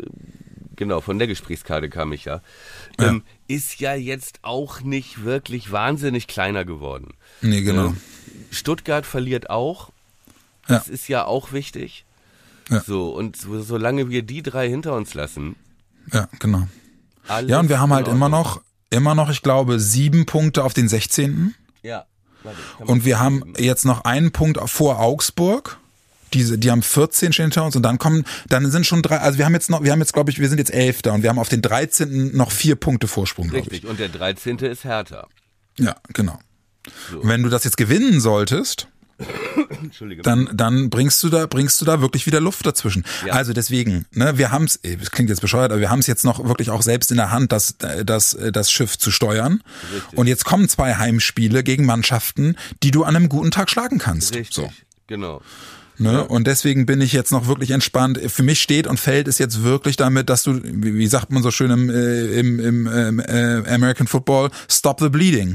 genau, von der Gesprächskarte kam ich ja, ja. Ähm, ist ja jetzt auch nicht wirklich wahnsinnig kleiner geworden. Nee, genau. Stuttgart verliert auch, das ja. ist ja auch wichtig. Ja. So, und so, solange wir die drei hinter uns lassen. Ja, genau. Ja, und wir haben halt immer noch, immer noch, ich glaube, sieben Punkte auf den sechzehnten Ja. Warte, und wir haben geben. jetzt noch einen Punkt vor Augsburg. Diese, die haben vierzehn stehen hinter uns und dann kommen, dann sind schon drei, also wir haben jetzt noch, wir haben jetzt, glaube ich, wir sind jetzt Elfter und wir haben auf den dreizehnten noch vier Punkte Vorsprung, glaube ich. Richtig, und der dreizehnte ist Hertha. Ja, genau. So. Und wenn du das jetzt gewinnen solltest, dann dann bringst du da bringst du da wirklich wieder Luft dazwischen. Ja. Also deswegen, ne, wir haben's, es klingt jetzt bescheuert, aber wir haben es jetzt noch wirklich auch selbst in der Hand, das das das Schiff zu steuern. Richtig. Und jetzt kommen zwei Heimspiele gegen Mannschaften, die du an einem guten Tag schlagen kannst. Richtig. So. Genau. Ne? Ja. Und deswegen bin ich jetzt noch wirklich entspannt. Für mich steht und fällt es jetzt wirklich damit, dass du, wie, wie sagt man so schön im, äh, im, im äh, American Football, stop the bleeding.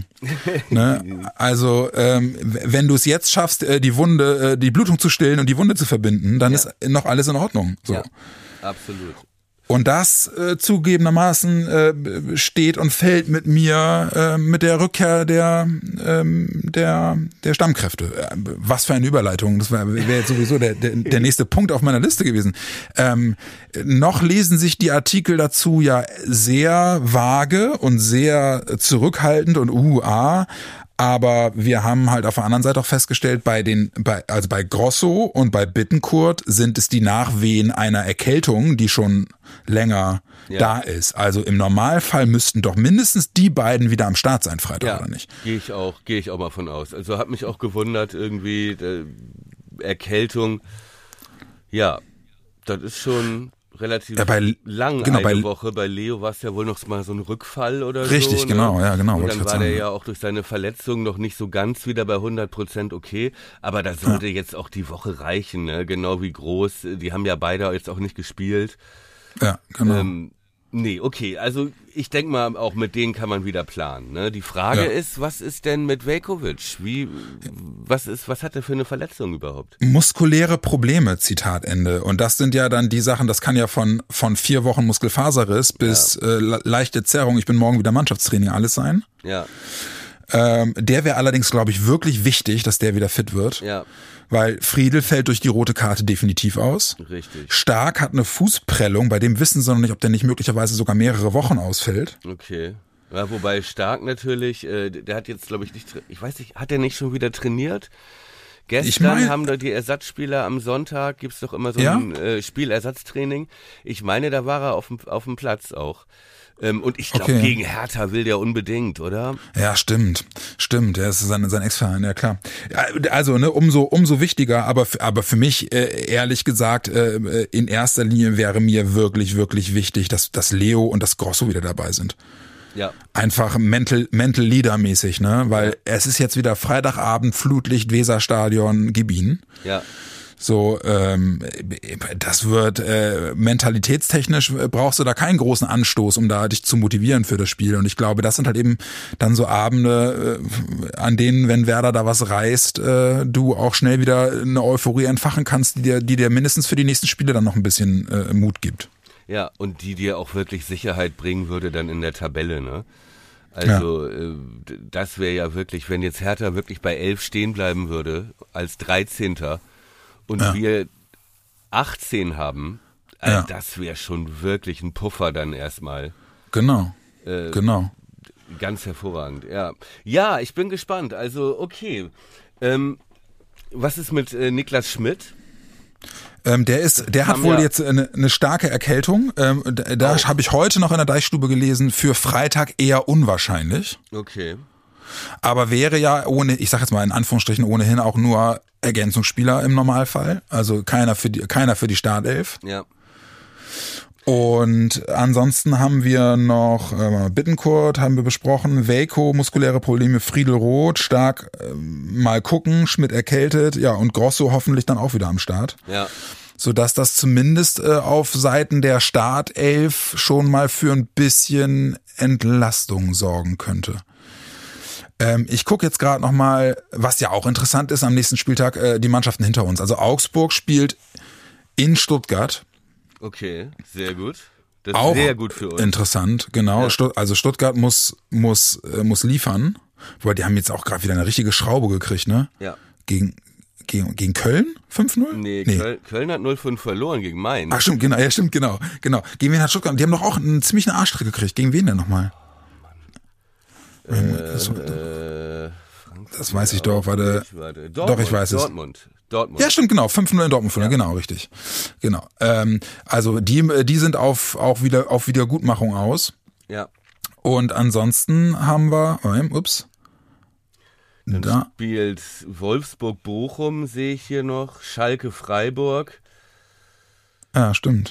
Ne? Also ähm, wenn du es jetzt schaffst, äh, die Wunde, äh, die Blutung zu stillen und die Wunde zu verbinden, dann ja. ist noch alles in Ordnung. So. Ja, absolut. Und das äh, zugegebenermaßen äh, steht und fällt mit mir, äh, mit der Rückkehr der ähm, der der Stammkräfte. Was für eine Überleitung. Das wäre wär jetzt sowieso der, der der nächste Punkt auf meiner Liste gewesen. Ähm, noch lesen sich die Artikel dazu ja sehr vage und sehr zurückhaltend und uh, ah, Aber wir haben halt auf der anderen Seite auch festgestellt, bei den, bei, also bei Grosso und bei Bittencourt sind es die Nachwehen einer Erkältung, die schon länger ja. da ist. Also im Normalfall müssten doch mindestens die beiden wieder am Start sein, Freitag, ja, oder nicht? Gehe ich auch, gehe ich auch mal von aus. Also hat mich auch gewundert, irgendwie äh, Erkältung. Ja, das ist schon relativ ja, bei, lang genau, eine bei, Woche. Bei Leo war es ja wohl noch mal so ein Rückfall oder richtig, so. Richtig, genau, ja, genau. Und dann war der ja auch durch seine Verletzung noch nicht so ganz wieder bei hundert Prozent okay. Aber da sollte ja. jetzt auch die Woche reichen, ne? Genau wie Groß. Die haben ja beide jetzt auch nicht gespielt. Ja, genau. Ähm, nee, okay, also ich denke mal, auch mit denen kann man wieder planen. Ne? Die Frage ja. ist, was ist denn mit Veljković? Wie, was ist, was hat er für eine Verletzung überhaupt? Muskuläre Probleme, Zitat Ende. Und das sind ja dann die Sachen, das kann ja von von vier Wochen Muskelfaserriss bis ja. äh, leichte Zerrung, ich bin morgen wieder Mannschaftstraining, alles sein. Ja. Ähm, der wäre allerdings, glaube ich, wirklich wichtig, dass der wieder fit wird. Ja. Weil Friedel fällt durch die rote Karte definitiv aus. Richtig. Stark hat eine Fußprellung, bei dem wissen sie noch nicht, ob der nicht möglicherweise sogar mehrere Wochen ausfällt. Okay. Ja, wobei Stark natürlich, äh, der hat jetzt, glaube ich, nicht, ich weiß nicht, hat der nicht schon wieder trainiert? Gestern ich mein, haben da die Ersatzspieler am Sonntag, gibt's doch immer so ja? ein äh, Spielersatztraining. Ich meine, da war er auf dem, auf dem Platz auch. Ähm, und ich glaube, okay. gegen Hertha will der unbedingt, oder? Ja, stimmt. Stimmt, der ist sein, sein Ex-Verein, ja klar. Also, ne, umso, umso wichtiger, aber, aber für mich, äh, ehrlich gesagt, äh, in erster Linie wäre mir wirklich, wirklich wichtig, dass, dass Leo und das Grosso wieder dabei sind. Ja. Einfach Mental, Mental Leader mäßig, ne, weil ja. es ist jetzt wieder Freitagabend, Flutlicht, Weserstadion, gib ihn. Ja. So, ähm, das wird äh, mentalitätstechnisch brauchst du da keinen großen Anstoß, um da dich zu motivieren für das Spiel. Und ich glaube, das sind halt eben dann so Abende, äh, an denen, wenn Werder da was reißt, äh, du auch schnell wieder eine Euphorie entfachen kannst, die dir, die dir mindestens für die nächsten Spiele dann noch ein bisschen äh, Mut gibt. Ja, und die dir auch wirklich Sicherheit bringen würde dann in der Tabelle, ne? Also ja. äh, das wäre ja wirklich, wenn jetzt Hertha wirklich bei elf stehen bleiben würde, als dreizehnter und ja. wir achtzehn haben, also ja. das wäre schon wirklich ein Puffer dann erstmal. Genau, äh, genau. Ganz hervorragend, ja. Ja, ich bin gespannt. Also, okay. Ähm, was ist mit äh, Niklas Schmidt? Ähm, der ist, der hat wohl ja jetzt eine, eine starke Erkältung. Ähm, da da oh. habe ich heute noch in der Deichstube gelesen, für Freitag eher unwahrscheinlich. Okay. Aber wäre ja ohne, ich sag jetzt mal in Anführungsstrichen ohnehin auch nur Ergänzungsspieler im Normalfall. Also keiner für die, keiner für die Startelf. Ja. Und ansonsten haben wir noch äh, Bittencourt haben wir besprochen, Veljko, muskuläre Probleme, Friedel rot, Stark äh, mal gucken, Schmidt erkältet, ja und Grosso hoffentlich dann auch wieder am Start. Ja. Sodass das zumindest äh, auf Seiten der Startelf schon mal für ein bisschen Entlastung sorgen könnte. Ähm, ich gucke jetzt gerade nochmal, was ja auch interessant ist am nächsten Spieltag, äh, die Mannschaften hinter uns. Also Augsburg spielt in Stuttgart. Okay, sehr gut. Das ist auch sehr gut für uns. Interessant, genau. Ja. Stutt- also Stuttgart muss muss äh, muss liefern, weil die haben jetzt auch gerade wieder eine richtige Schraube gekriegt, ne? Ja. Gegen gegen gegen Köln fünf null? Nee, nee. Köln, Köln hat null fünf verloren gegen Mainz. Ach stimmt, genau, ja stimmt, genau, genau. Gegen wen hat Stuttgart? Die haben doch auch einen ziemlichen Arschtritt gekriegt. Gegen wen denn nochmal? Oh, Mann. Äh, das, äh, das weiß ich doch, warte. warte. Dortmund, doch, ich weiß es. Dortmund. Dortmund. Ja, stimmt, genau. fünf null in Dortmund, ja. Genau, richtig. Genau. Ähm, also die, die sind auf auch wieder auf Wiedergutmachung aus. Ja. Und ansonsten haben wir, ähm, ups. Dann da spielt Wolfsburg-Bochum, sehe ich hier noch. Schalke-Freiburg. Ja, stimmt.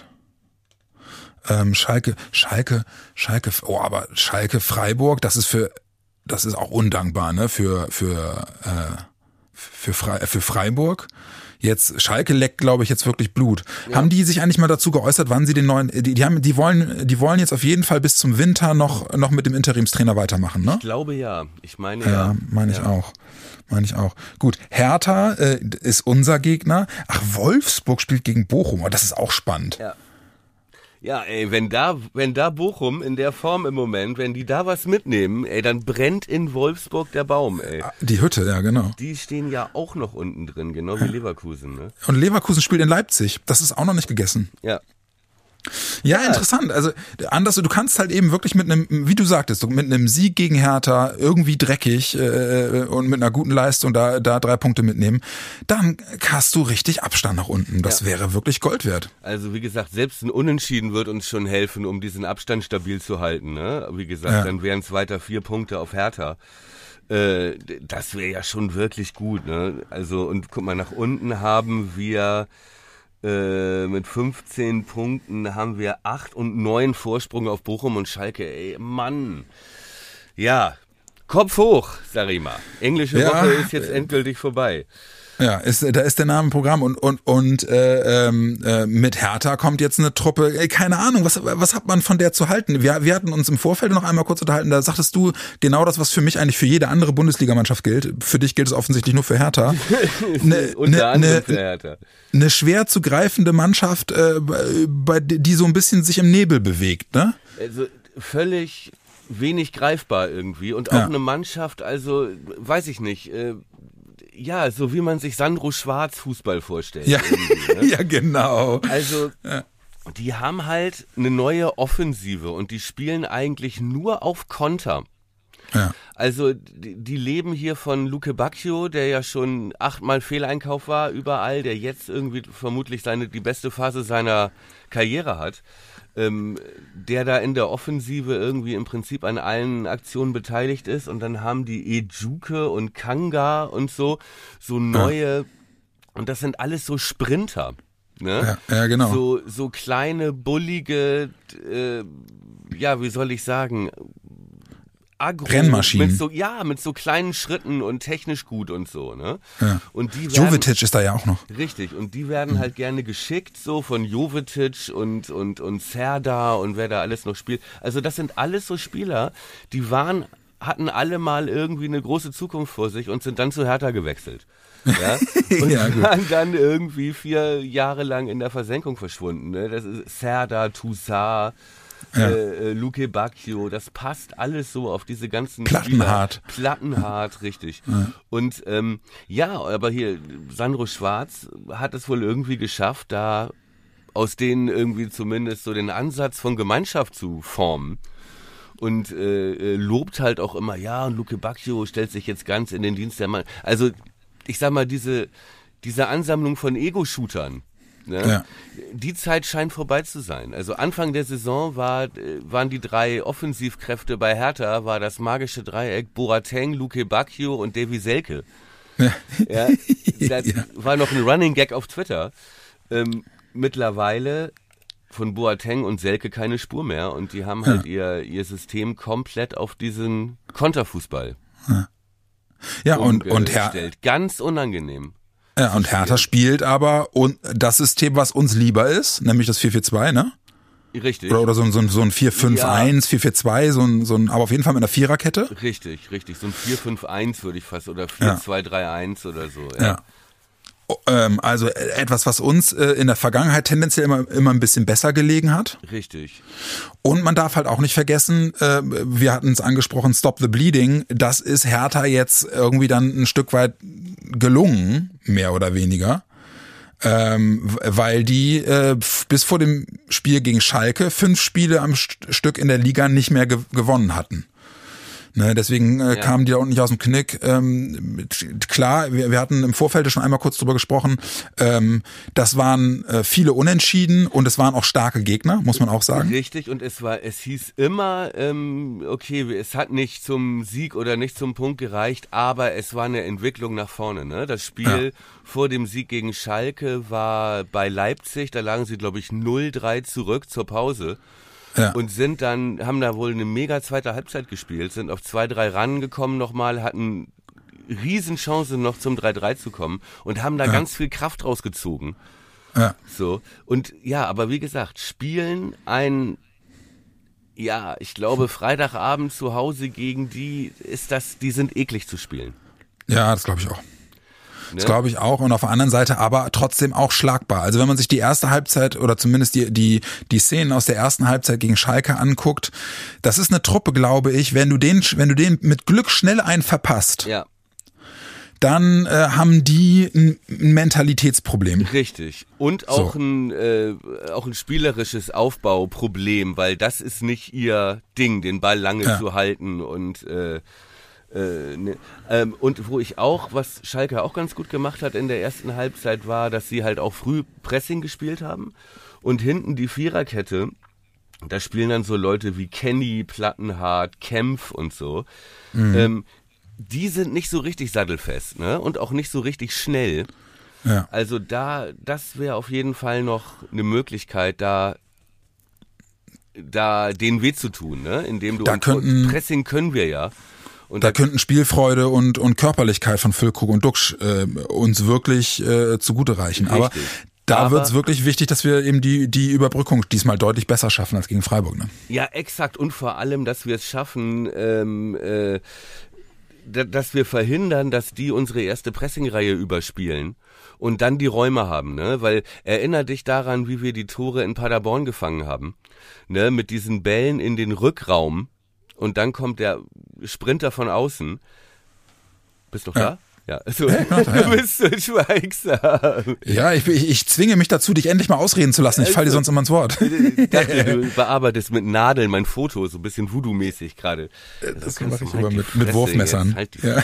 Ähm, Schalke, Schalke, Schalke, oh, aber Schalke-Freiburg, das ist für, das ist auch undankbar, ne, für, für, äh, Für, Fre- für Freiburg. Jetzt, Schalke leckt, glaube ich, jetzt wirklich Blut. Ja. Haben die sich eigentlich mal dazu geäußert, wann sie den neuen, die, die haben, die wollen, die wollen jetzt auf jeden Fall bis zum Winter noch, noch mit dem Interimstrainer weitermachen, ne? Ich glaube ja. Ich meine ja. Ja, meine ich ja. auch. Meine ich auch. Gut. Hertha äh, ist unser Gegner. Ach, Wolfsburg spielt gegen Bochum. Oh, das ist auch spannend. Ja. Ja, ey, wenn da, wenn da Bochum in der Form im Moment, wenn die da was mitnehmen, ey, dann brennt in Wolfsburg der Baum, ey. Die Hütte, ja, genau. Die stehen ja auch noch unten drin, genau wie Leverkusen, ne? Und Leverkusen spielt in Leipzig. Das ist auch noch nicht gegessen. Ja. Ja, ja, interessant. Also anders, du kannst halt eben wirklich mit einem, wie du sagtest, mit einem Sieg gegen Hertha, irgendwie dreckig äh, und mit einer guten Leistung da da drei Punkte mitnehmen, dann hast du richtig Abstand nach unten. Das ja. wäre wirklich Gold wert. Also wie gesagt, selbst ein Unentschieden wird uns schon helfen, um diesen Abstand stabil zu halten. Ne? Wie gesagt, ja. dann wären es weiter vier Punkte auf Hertha. Äh, das wäre ja schon wirklich gut. Ne? Also und guck mal, nach unten haben wir mit fünfzehn Punkten haben wir acht und neun Vorsprung auf Bochum und Schalke. Ey, Mann. Ja, Kopf hoch, sag ich mal. Englische ja, Woche ist jetzt endgültig vorbei. Ja, ist, da ist der Name im Programm und und und äh, äh, mit Hertha kommt jetzt eine Truppe. Ey, keine Ahnung, was was hat man von der zu halten? Wir wir hatten uns im Vorfeld noch einmal kurz unterhalten. Da sagtest du genau das, was für mich eigentlich für jede andere Bundesligamannschaft gilt. Für dich gilt es offensichtlich nur für Hertha. Ne, Unter ne, anderem ne, für Hertha. Eine schwer zu greifende Mannschaft, äh, bei die so ein bisschen sich im Nebel bewegt, ne? Also völlig wenig greifbar irgendwie und auch ja. eine Mannschaft. Also weiß ich nicht. Äh, Ja, so wie man sich Sandro Schwarz Fußball vorstellt. Ja, ne? ja genau. Also, ja. die haben halt eine neue Offensive und die spielen eigentlich nur auf Konter. Ja. Also, die, die leben hier von Luke Bacchio, der ja schon achtmal Fehleinkauf war überall, der jetzt irgendwie vermutlich seine die beste Phase seiner Karriere hat. Ähm, der da in der Offensive irgendwie im Prinzip an allen Aktionen beteiligt ist und dann haben die Ejuke und Kanga und so, so neue, ja. und das sind alles so Sprinter, ne? Ja, ja genau. So, so kleine, bullige, äh, ja, wie soll ich sagen, Agro, Rennmaschinen. Mit so, ja, mit so kleinen Schritten und technisch gut und so, ne? Ja. Und die werden, Jovetic ist da ja auch noch. Richtig, und die werden halt gerne geschickt, so von Jovetic und, und, und Serdar und wer da alles noch spielt. Also das sind alles so Spieler, die waren, hatten alle mal irgendwie eine große Zukunft vor sich und sind dann zu Hertha gewechselt. Ja? Und ja, gut. waren dann irgendwie vier Jahre lang in der Versenkung verschwunden, ne? Das ist Serdar, Toussaint, Ja. Äh, Luke Bacchio, das passt alles so auf diese ganzen Plattenhart. Spieler. Plattenhart, richtig. Ja. Und ähm, ja, aber hier, Sandro Schwarz hat es wohl irgendwie geschafft, da aus denen irgendwie zumindest so den Ansatz von Gemeinschaft zu formen. Und äh, lobt halt auch immer, ja, und Luke Bacchio stellt sich jetzt ganz in den Dienst der Mann. Also, ich sag mal, diese, diese Ansammlung von Ego-Shootern, ne? Ja. Die Zeit scheint vorbei zu sein. Also Anfang der Saison war, waren die drei Offensivkräfte bei Hertha, war das magische Dreieck Boateng, Luke Bacchio und Davy Selke. Ja. Ja, das ja. war noch ein Running Gag auf Twitter. Ähm, mittlerweile von Boateng und Selke keine Spur mehr und die haben halt ja. ihr, ihr System komplett auf diesen Konterfußball Ja, ja und, und Herr, ganz unangenehm. Ja, und Hertha spielt aber und das System, was uns lieber ist, nämlich das vier vier zwei, ne? Richtig. Oder, oder so, so, so ein vier fünf eins, ja. vier vier zwei, so ein, so ein, aber auf jeden Fall mit einer Viererkette. Richtig, richtig. So ein vier fünf eins würde ich fast oder vier zwei drei eins oder so. Ja. ja. Ähm, also etwas, was uns äh, in der Vergangenheit tendenziell immer, immer ein bisschen besser gelegen hat. Richtig. Und man darf halt auch nicht vergessen, äh, wir hatten es angesprochen, Stop the Bleeding, das ist Hertha jetzt irgendwie dann ein Stück weit gelungen, mehr oder weniger. Ähm, weil die äh, bis vor dem Spiel gegen Schalke fünf Spiele am St- Stück in der Liga nicht mehr ge- gewonnen hatten. Ne, deswegen äh, ja. kamen die da auch nicht aus dem Knick. Ähm, klar, wir, wir hatten im Vorfeld schon einmal kurz drüber gesprochen. Ähm, das waren äh, viele Unentschieden und es waren auch starke Gegner, muss man auch sagen. Richtig, und es war, es hieß immer, ähm, okay, es hat nicht zum Sieg oder nicht zum Punkt gereicht, aber es war eine Entwicklung nach vorne. Ne? Das Spiel ja. vor dem Sieg gegen Schalke war bei Leipzig, da lagen sie, glaube ich, null drei zurück zur Pause. Ja. Und sind dann, haben da wohl eine mega zweite Halbzeit gespielt, sind auf zwei drei rangekommen nochmal, hatten Riesenchance noch zum drei drei zu kommen und haben da ja. ganz viel Kraft rausgezogen. Ja. So. Und ja, aber wie gesagt, spielen ein, ja, ich glaube, Freitagabend zu Hause gegen die, ist das, die sind eklig zu spielen. Ja, das glaube ich auch. Das glaube ich auch und auf der anderen Seite aber trotzdem auch schlagbar. Also wenn man sich die erste Halbzeit oder zumindest die die die Szenen aus der ersten Halbzeit gegen Schalke anguckt, das ist eine Truppe, glaube ich, wenn du den wenn du den mit Glück schnell einen verpasst, ja. dann äh, haben die ein, ein Mentalitätsproblem. Richtig. Und auch, so. ein, äh, auch ein spielerisches Aufbauproblem, weil das ist nicht ihr Ding, den Ball lange ja. zu halten und äh, äh, ne. ähm, und wo ich auch, was Schalke auch ganz gut gemacht hat in der ersten Halbzeit war, dass sie halt auch früh Pressing gespielt haben und hinten die Viererkette, da spielen dann so Leute wie Kenny, Plattenhardt, Kempf und so. Mhm. Ähm, die sind nicht so richtig sattelfest, ne? Und auch nicht so richtig schnell. Ja. Also da, das wäre auf jeden Fall noch eine Möglichkeit, da, da den weh zu tun, ne? Indem du da könnten, Pressing können wir ja. Und da, da könnten Spielfreude und, und Körperlichkeit von Füllkrug und Duxch äh, uns wirklich äh, zugute reichen. Richtig. Aber da wird es wirklich wichtig, dass wir eben die, die Überbrückung diesmal deutlich besser schaffen als gegen Freiburg, ne? Ja, exakt. Und vor allem, dass wir es schaffen, ähm, äh, dass wir verhindern, dass die unsere erste Pressingreihe überspielen und dann die Räume haben, ne? Weil erinner dich daran, wie wir die Tore in Paderborn gefangen haben, ne? Mit diesen Bällen in den Rückraum und dann kommt der Sprinter von außen. Bist du noch ja. da? Ja, also, hey, Gott, ja. Du bist so schweigsam. Ja, ich, ich, ich zwinge mich dazu, dich endlich mal ausreden zu lassen. Ich falle dir sonst immer ins Wort. Ich dachte, du bearbeitest mit Nadeln mein Foto, so ein bisschen Voodoo-mäßig gerade. Das mache ich aber mit, mit Wurfmessern. Halt die ja.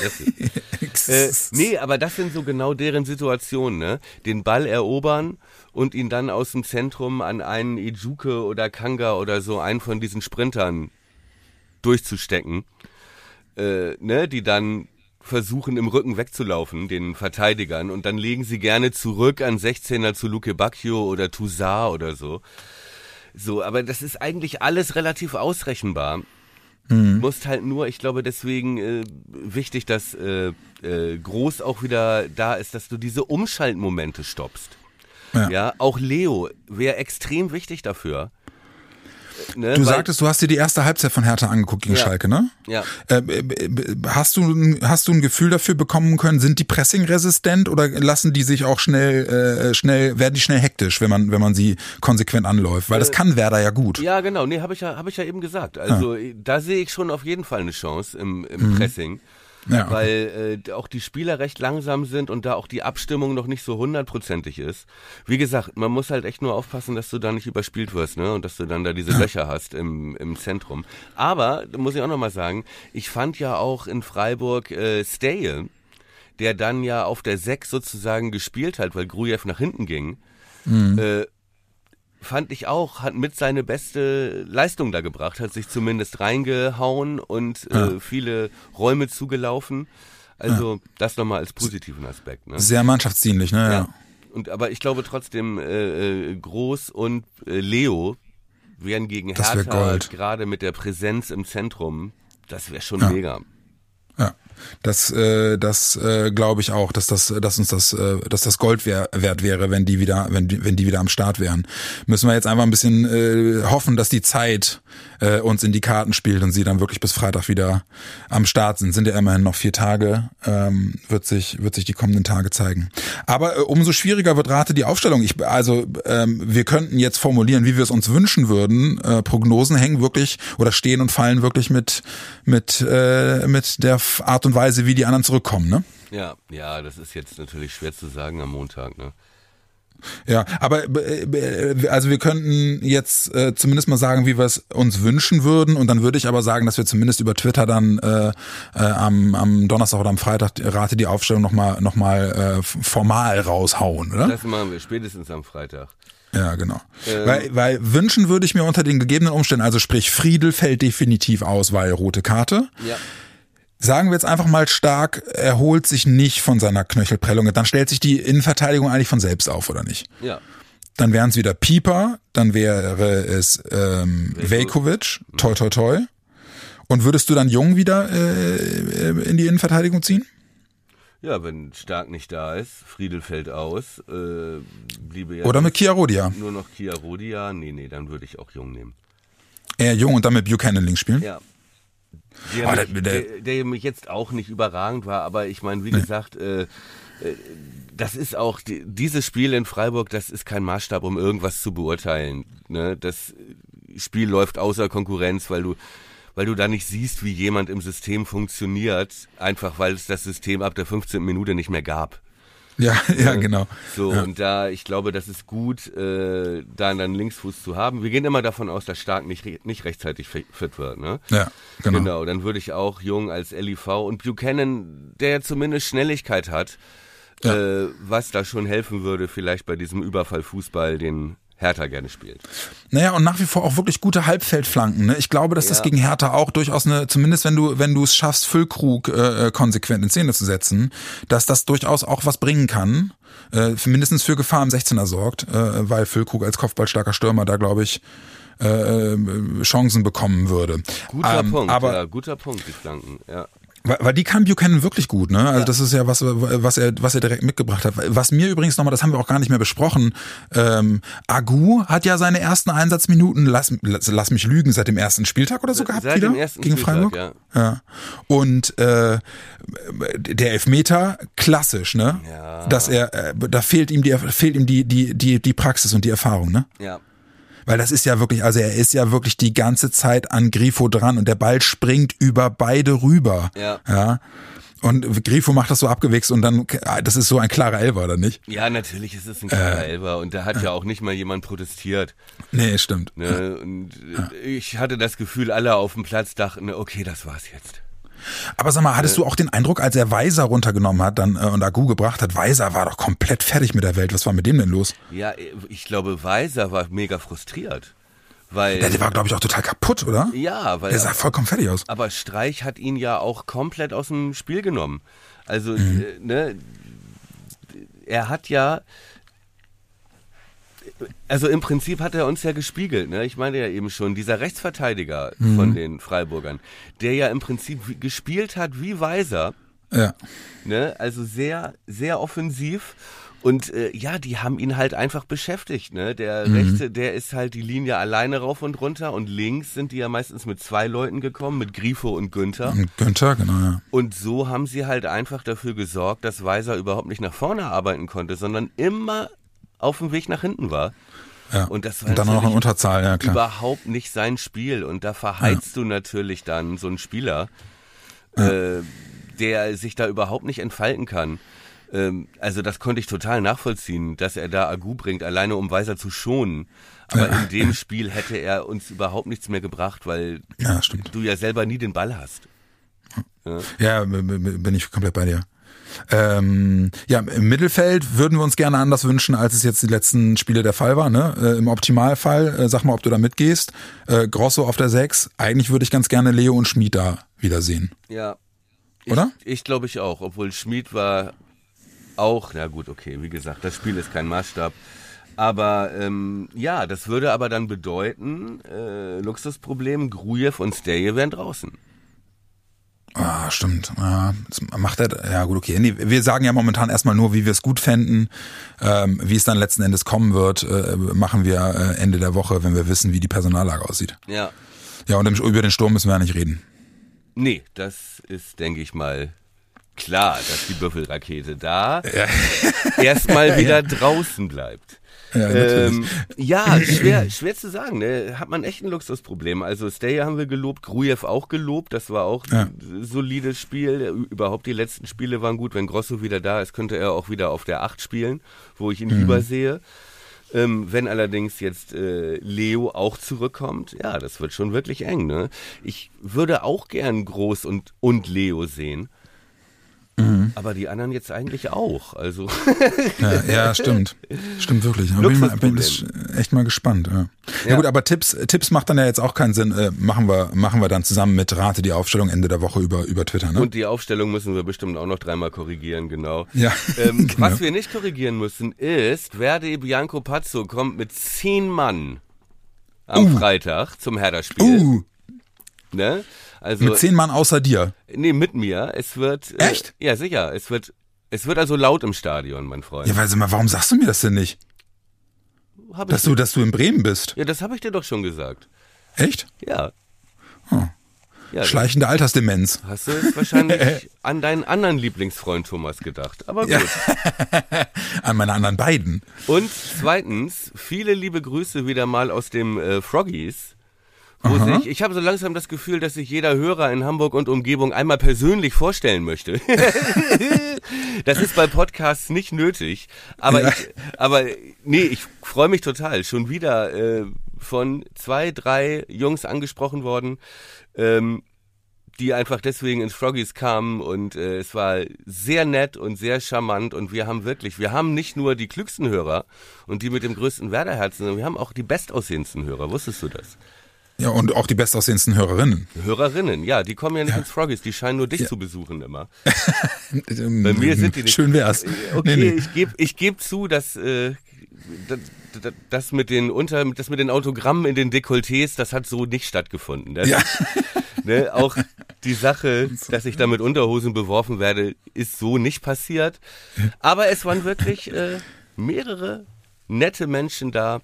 äh, nee, aber das sind so genau deren Situationen, ne? Den Ball erobern und ihn dann aus dem Zentrum an einen Ejuke oder Kanga oder so, einen von diesen Sprintern durchzustecken, äh, ne? Die dann versuchen im Rücken wegzulaufen, den Verteidigern, und dann legen sie gerne zurück an sechzehner zu Luke Bacchio oder Toussaint oder so. So, aber das ist eigentlich alles relativ ausrechenbar. Mhm. Du musst halt nur, ich glaube deswegen äh, wichtig, dass äh, äh, Groß auch wieder da ist, dass du diese Umschaltmomente stoppst. Ja, ja, auch Leo wäre extrem wichtig dafür. Ne, du sagtest, du hast dir die erste Halbzeit von Hertha angeguckt gegen ja, Schalke, ne? Ja. Äh, hast du hast du ein Gefühl dafür bekommen können, sind die pressingresistent oder lassen die sich auch schnell äh, schnell werden die schnell hektisch, wenn man wenn man sie konsequent anläuft, weil das kann Werder ja gut. Ja, genau, nee, habe ich ja habe ich ja eben gesagt. Also, ja. Da sehe ich schon auf jeden Fall eine Chance im im mhm. Pressing. Ja, okay. Weil äh, auch die Spieler recht langsam sind und da auch die Abstimmung noch nicht so hundertprozentig ist. Wie gesagt, man muss halt echt nur aufpassen, dass du da nicht überspielt wirst, ne? Und dass du dann da diese ja. Löcher hast im im Zentrum. Aber, da muss ich auch nochmal sagen, ich fand ja auch in Freiburg äh, Stale, der dann ja auf der sechs sozusagen gespielt hat, weil Grujew nach hinten ging, mhm. äh, fand ich auch, hat mit seine beste Leistung da gebracht, hat sich zumindest reingehauen und ja. äh, viele Räume zugelaufen. Also ja. das nochmal als positiven Aspekt. Ne? Sehr mannschaftsdienlich, ne? Ja. ja. Und aber ich glaube trotzdem, äh, Groß und äh, Leo wären gegen Hertha gerade mit der Präsenz im Zentrum, das wäre schon ja. mega. Ja. Das, äh, das äh, glaube ich auch, dass das, dass uns das, äh, dass das Gold wär, wert wäre, wenn die wieder, wenn die, wenn die wieder am Start wären. Müssen wir jetzt einfach ein bisschen äh, hoffen, dass die Zeit äh, uns in die Karten spielt und sie dann wirklich bis Freitag wieder am Start sind. Sind ja immerhin noch vier Tage, ähm, wird sich, wird sich die kommenden Tage zeigen. Aber äh, umso schwieriger wird Rate die Aufstellung. Ich, also ähm, wir könnten jetzt formulieren, wie wir es uns wünschen würden. Äh, Prognosen hängen wirklich oder stehen und fallen wirklich mit mit äh, mit der Art und Weise, wie die anderen zurückkommen, ne? Ja, ja, das ist jetzt natürlich schwer zu sagen am Montag, ne? Ja, aber äh, also wir könnten jetzt äh, zumindest mal sagen, wie wir es uns wünschen würden, und dann würde ich aber sagen, dass wir zumindest über Twitter dann äh, äh, am, am Donnerstag oder am Freitag Rate die Aufstellung nochmal noch mal, äh, formal raushauen, oder? Das machen wir spätestens am Freitag. Ja, genau. Ähm. Weil, weil wünschen würde ich mir unter den gegebenen Umständen, also sprich Friedel fällt definitiv aus, weil rote Karte. Ja. Sagen wir jetzt einfach mal stark, erholt sich nicht von seiner Knöchelprellung, dann stellt sich die Innenverteidigung eigentlich von selbst auf, oder nicht? Ja. Dann wären es wieder Pieper, dann wäre es ähm, Veljković, toi toi toi. Und würdest du dann Jung wieder äh, in die Innenverteidigung ziehen? Ja, wenn Stark nicht da ist, Friedel fällt aus, äh, bliebe ja... Oder mit Chiarodia. Nur noch Chiarodia, nee, nee, dann würde ich auch Jung nehmen. Eher Jung und dann mit Buchanan links spielen? Ja. Der, oh, mich, der, der, der mich jetzt auch nicht überragend war, aber ich meine, wie nee. gesagt, äh, das ist auch, die, dieses Spiel in Freiburg, das ist kein Maßstab, um irgendwas zu beurteilen. Ne? Das Spiel läuft außer Konkurrenz, weil du weil du da nicht siehst, wie jemand im System funktioniert, einfach weil es das System ab der fünfzehnten Minute nicht mehr gab. Ja, ja, genau. So, ja. und da, ich glaube, das ist gut, äh, da einen Linksfuß zu haben. Wir gehen immer davon aus, dass Stark nicht, nicht rechtzeitig fit wird, ne? Ja, genau. Genau, dann würde ich auch Jung als L I V und Buchanan, der zumindest Schnelligkeit hat, ja. äh, was da schon helfen würde, vielleicht bei diesem Überfallfußball, den Hertha gerne spielt. Naja, und nach wie vor auch wirklich gute Halbfeldflanken. Ne? Ich glaube, dass ja. das gegen Hertha auch durchaus eine, zumindest wenn du wenn du es schaffst, Füllkrug äh, konsequent in Szene zu setzen, dass das durchaus auch was bringen kann. Äh, mindestens für Gefahr im sechzehner sorgt, äh, weil Füllkrug als kopfballstarker Stürmer da, glaube ich, äh, Chancen bekommen würde. Guter ähm, Punkt, aber, ja, guter Punkt, die Flanken, ja. Weil, weil die kann Buchanan wirklich gut, ne? Also ja. das ist ja was, was er, was er direkt mitgebracht hat. Was mir übrigens nochmal, das haben wir auch gar nicht mehr besprochen. Ähm, Agu hat ja seine ersten Einsatzminuten, lass, lass, lass mich lügen, seit dem ersten Spieltag oder so gehabt seit wieder dem ersten gegen Spieltag, Freiburg. Ja. ja. Und äh, der Elfmeter, klassisch, ne? Ja. Dass er, äh, da fehlt ihm die, fehlt ihm die, die, die, die Praxis und die Erfahrung, ne? Ja. Weil das ist ja wirklich, also er ist ja wirklich die ganze Zeit an Grifo dran und der Ball springt über beide rüber. Ja. ja. Und Grifo macht das so abgewichst und dann, das ist so ein klarer Elfer, oder nicht? Ja, natürlich ist es ein klarer äh, Elfer und da hat äh, ja auch nicht mal jemand protestiert. Nee, stimmt. Ne? Und ja. ich hatte das Gefühl, alle auf dem Platz dachten, okay, das war's jetzt. Aber sag mal, hattest du auch den Eindruck, als er Weiser runtergenommen hat dann äh, und Agu gebracht hat, Weiser war doch komplett fertig mit der Welt. Was war mit dem denn los? Ja, ich glaube, Weiser war mega frustriert. Weil, ja, der war, glaube ich, auch total kaputt, oder? Ja, weil... Der sah vollkommen fertig aus. Aber Streich hat ihn ja auch komplett aus dem Spiel genommen. Also, mhm. äh, ne, er hat ja... Also im Prinzip hat er uns ja gespiegelt, ne? Ich meine ja eben schon, dieser Rechtsverteidiger mhm. von den Freiburgern, der ja im Prinzip gespielt hat wie Weiser. Ja. Ne? Also sehr, sehr offensiv. Und äh, ja, die haben ihn halt einfach beschäftigt, ne? Der mhm. Rechte, der ist halt die Linie alleine rauf und runter und links sind die ja meistens mit zwei Leuten gekommen, mit Grifo und Günther. Und Günther, genau, ja. Und so haben sie halt einfach dafür gesorgt, dass Weiser überhaupt nicht nach vorne arbeiten konnte, sondern immer auf dem Weg nach hinten war. Ja. Und das war und dann noch in Unterzahl, ja klar. Überhaupt nicht sein Spiel. Und da verheizt ja. du natürlich dann so einen Spieler, ja. äh, der sich da überhaupt nicht entfalten kann. Ähm, also das konnte ich total nachvollziehen, dass er da Agu bringt, alleine um Weiser zu schonen. Aber ja. in dem Spiel hätte er uns überhaupt nichts mehr gebracht, weil ja, du ja selber nie den Ball hast. Ja, ja bin ich komplett bei dir. Ähm, ja, im Mittelfeld würden wir uns gerne anders wünschen, als es jetzt die letzten Spiele der Fall war. Ne? Äh, im Optimalfall, äh, sag mal, ob du da mitgehst. Äh, Grosso auf der sechs. Eigentlich würde ich ganz gerne Leo und Schmid da wiedersehen. Ja. Oder? Ich, ich glaube ich auch, obwohl Schmid war auch, na gut, okay, wie gesagt, das Spiel ist kein Maßstab. Aber ähm, ja, das würde aber dann bedeuten, äh, Luxusproblem, Grujew und Steje wären draußen. Ah, stimmt. Ja, das macht er. Ja, gut, okay. Nee, wir sagen ja momentan erstmal nur, wie wir es gut fänden. Ähm, wie es dann letzten Endes kommen wird, äh, machen wir äh, Ende der Woche, wenn wir wissen, wie die Personallage aussieht. Ja. Ja, und im, über den Sturm müssen wir ja nicht reden. Nee, das ist, denke ich mal, klar, dass die Büffelrakete da ja. erstmal wieder ja. draußen bleibt. Ja, ähm, ja, schwer, schwer zu sagen, ne? Hat man echt ein Luxusproblem. Also Steje haben wir gelobt, Grujew auch gelobt, das war auch ja. ein solides Spiel. Überhaupt die letzten Spiele waren gut. Wenn Grosso wieder da ist, könnte er auch wieder auf der acht spielen, wo ich ihn mhm. lieber sehe. Ähm, wenn allerdings jetzt äh, Leo auch zurückkommt, ja, das wird schon wirklich eng, ne? Ich würde auch gern Groß und, und Leo sehen. Mhm. Aber die anderen jetzt eigentlich auch, also. Ja, ja, stimmt. Stimmt wirklich. Da bin ich mal, bin ich echt mal gespannt. Ja. Ja. Ja gut, aber Tipps, Tipps macht dann ja jetzt auch keinen Sinn. Äh, machen wir, machen wir dann zusammen mit Rate die Aufstellung Ende der Woche über, über Twitter, ne? Und die Aufstellung müssen wir bestimmt auch noch dreimal korrigieren, genau. Ja. Ähm, genau. Was wir nicht korrigieren müssen ist, Verdi Bianco Pazzo kommt mit zehn Mann am uh. Freitag zum Hertha-Spiel. Uh. Ne? Also, mit zehn Mann außer dir? Nee, mit mir. Es wird... Echt? Äh, ja, sicher. Es wird, es wird also laut im Stadion, mein Freund. Ja, weil, mal, warum sagst du mir das denn nicht? Hab dass, du, dass du in Bremen bist? Ja, das habe ich dir doch schon gesagt. Echt? Ja. Oh. Ja, schleichende Altersdemenz. Hast du jetzt wahrscheinlich an deinen anderen Lieblingsfreund Thomas gedacht. Aber gut. Ja. An meine anderen beiden. Und zweitens, viele liebe Grüße wieder mal aus dem äh, Froggies, Wo sich, ich habe so langsam das Gefühl, dass sich jeder Hörer in Hamburg und Umgebung einmal persönlich vorstellen möchte. Das ist bei Podcasts nicht nötig. Aber, ja. ich, aber nee, ich freue mich total. Schon wieder äh, von zwei, drei Jungs angesprochen worden, ähm, die einfach deswegen ins Froggies kamen. Und äh, es war sehr nett und sehr charmant. Und wir haben wirklich, wir haben nicht nur die klügsten Hörer und die mit dem größten Werderherzen, sondern wir haben auch die bestaussehendsten Hörer. Wusstest du das? Ja, und auch die bestaussehendsten Hörerinnen. Hörerinnen, ja, die kommen ja nicht ja. ins Froggies, die scheinen nur dich ja. zu besuchen immer. Bei mir sind die nicht. Schön wär's. Okay, nee, nee. ich gebe ich geb zu, dass äh, das, das, mit den Unter, das mit den Autogrammen in den Dekolletés, das hat so nicht stattgefunden. Das, ja. ne, auch die Sache, dass ich da mit Unterhosen beworfen werde, ist so nicht passiert. Aber es waren wirklich äh, mehrere nette Menschen da.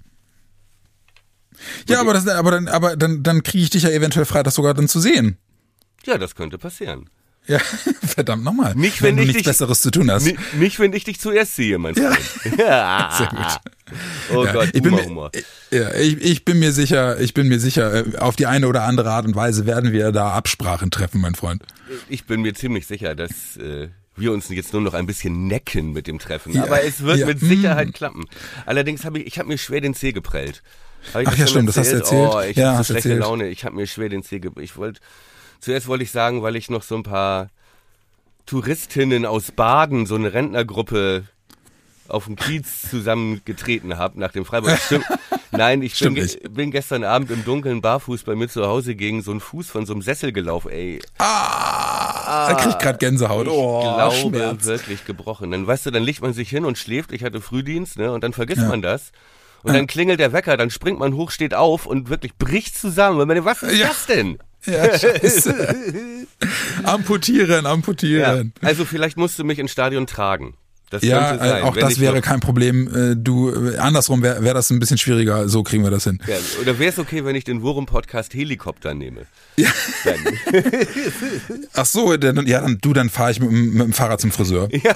Ja, aber, das, aber, dann, aber dann, dann kriege ich dich ja eventuell Freitag sogar dann zu sehen. Ja, das könnte passieren. Ja, verdammt nochmal. Nicht, wenn, wenn du ich nichts dich, Besseres zu tun hast. Nicht, nicht, wenn ich dich zuerst sehe, mein Freund. Ja. Sehr gut. Oh ja, Gott, ich bin, Humor, mir, Humor. Ja, ich, ich bin mir sicher, ich bin mir sicher, auf die eine oder andere Art und Weise werden wir da Absprachen treffen, mein Freund. Ich bin mir ziemlich sicher, dass äh, wir uns jetzt nur noch ein bisschen necken mit dem Treffen. Ja, aber es wird ja. mit Sicherheit mm. klappen. Allerdings habe ich, ich habe mir schwer den Zeh geprellt. Ach ja, stimmt, das hast du erzählt. Oh, ich ja, habe hast so schlechte erzählt. Laune. Ich habe mir schwer den Zeh geprellt. Ich wollte, zuerst wollte ich sagen, weil ich noch so ein paar Touristinnen aus Baden, so eine Rentnergruppe auf dem Kiez zusammengetreten habe nach dem Freiburg. Stimmt. Nein, ich bin, ge- bin gestern Abend im Dunkeln barfuß bei mir zu Hause gegen so einen Fuß von so einem Sessel gelaufen, ey. Ah, da krieg ich grad Gänsehaut. Ich oh, glaube, Schmerz. wirklich gebrochen. Dann, weißt du, dann legt man sich hin und schläft. Ich hatte Frühdienst, ne, und dann vergisst ja. man das. Und dann klingelt der Wecker, dann springt man hoch, steht auf und wirklich bricht zusammen. Und man, was ist ja. das denn? Ja, scheiße. amputieren, amputieren. Ja, also vielleicht musst du mich ins Stadion tragen. Das ja, könnte sein. auch Wenn das wäre kein Problem. Du, andersrum wäre wär das ein bisschen schwieriger. So kriegen wir das hin. Ja, oder wäre es okay, wenn ich den Wurm-Podcast Helikopter nehme? Ja. Ach so, dann, ja, dann du, dann fahre ich mit, mit dem Fahrrad zum Friseur. Ja.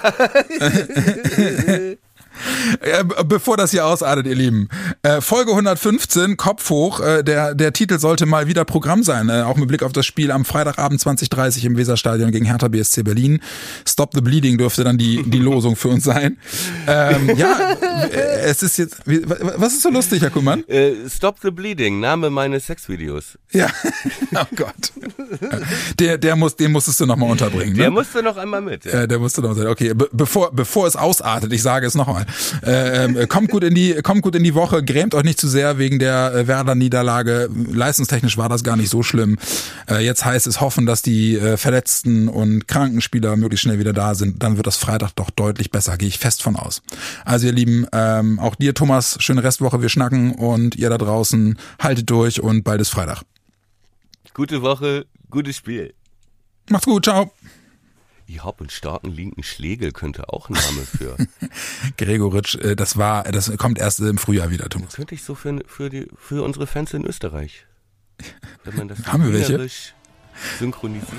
Bevor das hier ausartet, ihr Lieben. Äh, Folge hundertfünfzehn, Kopf hoch. Äh, der, der Titel sollte mal wieder Programm sein. Äh, auch mit Blick auf das Spiel am Freitagabend zwanzig Uhr dreißig im Weserstadion gegen Hertha B S C Berlin. Stop the Bleeding dürfte dann die, die Losung für uns sein. Ähm, ja, äh, es ist jetzt, wie, was ist so lustig, Herr Kuhlmann? Äh, Stop the Bleeding, Name meines Sexvideos. Ja, oh Gott. Der, der muss, den musstest du nochmal unterbringen. Der ne? musste noch einmal mit. Ja. Äh, der musste noch sein. Okay, be- bevor, bevor es ausartet, ich sage es nochmal. Äh, kommt gut in die, kommt gut in die Woche, grämt euch nicht zu sehr wegen der äh, Werder-Niederlage. Leistungstechnisch war das gar nicht so schlimm. Äh, jetzt heißt es hoffen, dass die äh, verletzten und kranken Spieler möglichst schnell wieder da sind. Dann wird das Freitag doch deutlich besser, gehe ich fest von aus. Also ihr Lieben, ähm, auch dir Thomas, schöne Restwoche, wir schnacken und ihr da draußen haltet durch und bald ist Freitag. Gute Woche, gutes Spiel. Macht's gut, ciao. Ich hab einen starken linken Schlegel könnte auch ein Name für. Gregoritsch, das war, das kommt erst im Frühjahr wieder, Thomas. Das könnte ich so für, für, die, für unsere Fans in Österreich. Wenn man das Haben wir welche? synchronisiert.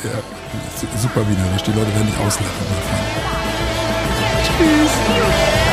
Ja, super wienerisch. Die Leute werden nicht auslachen. Tschüss.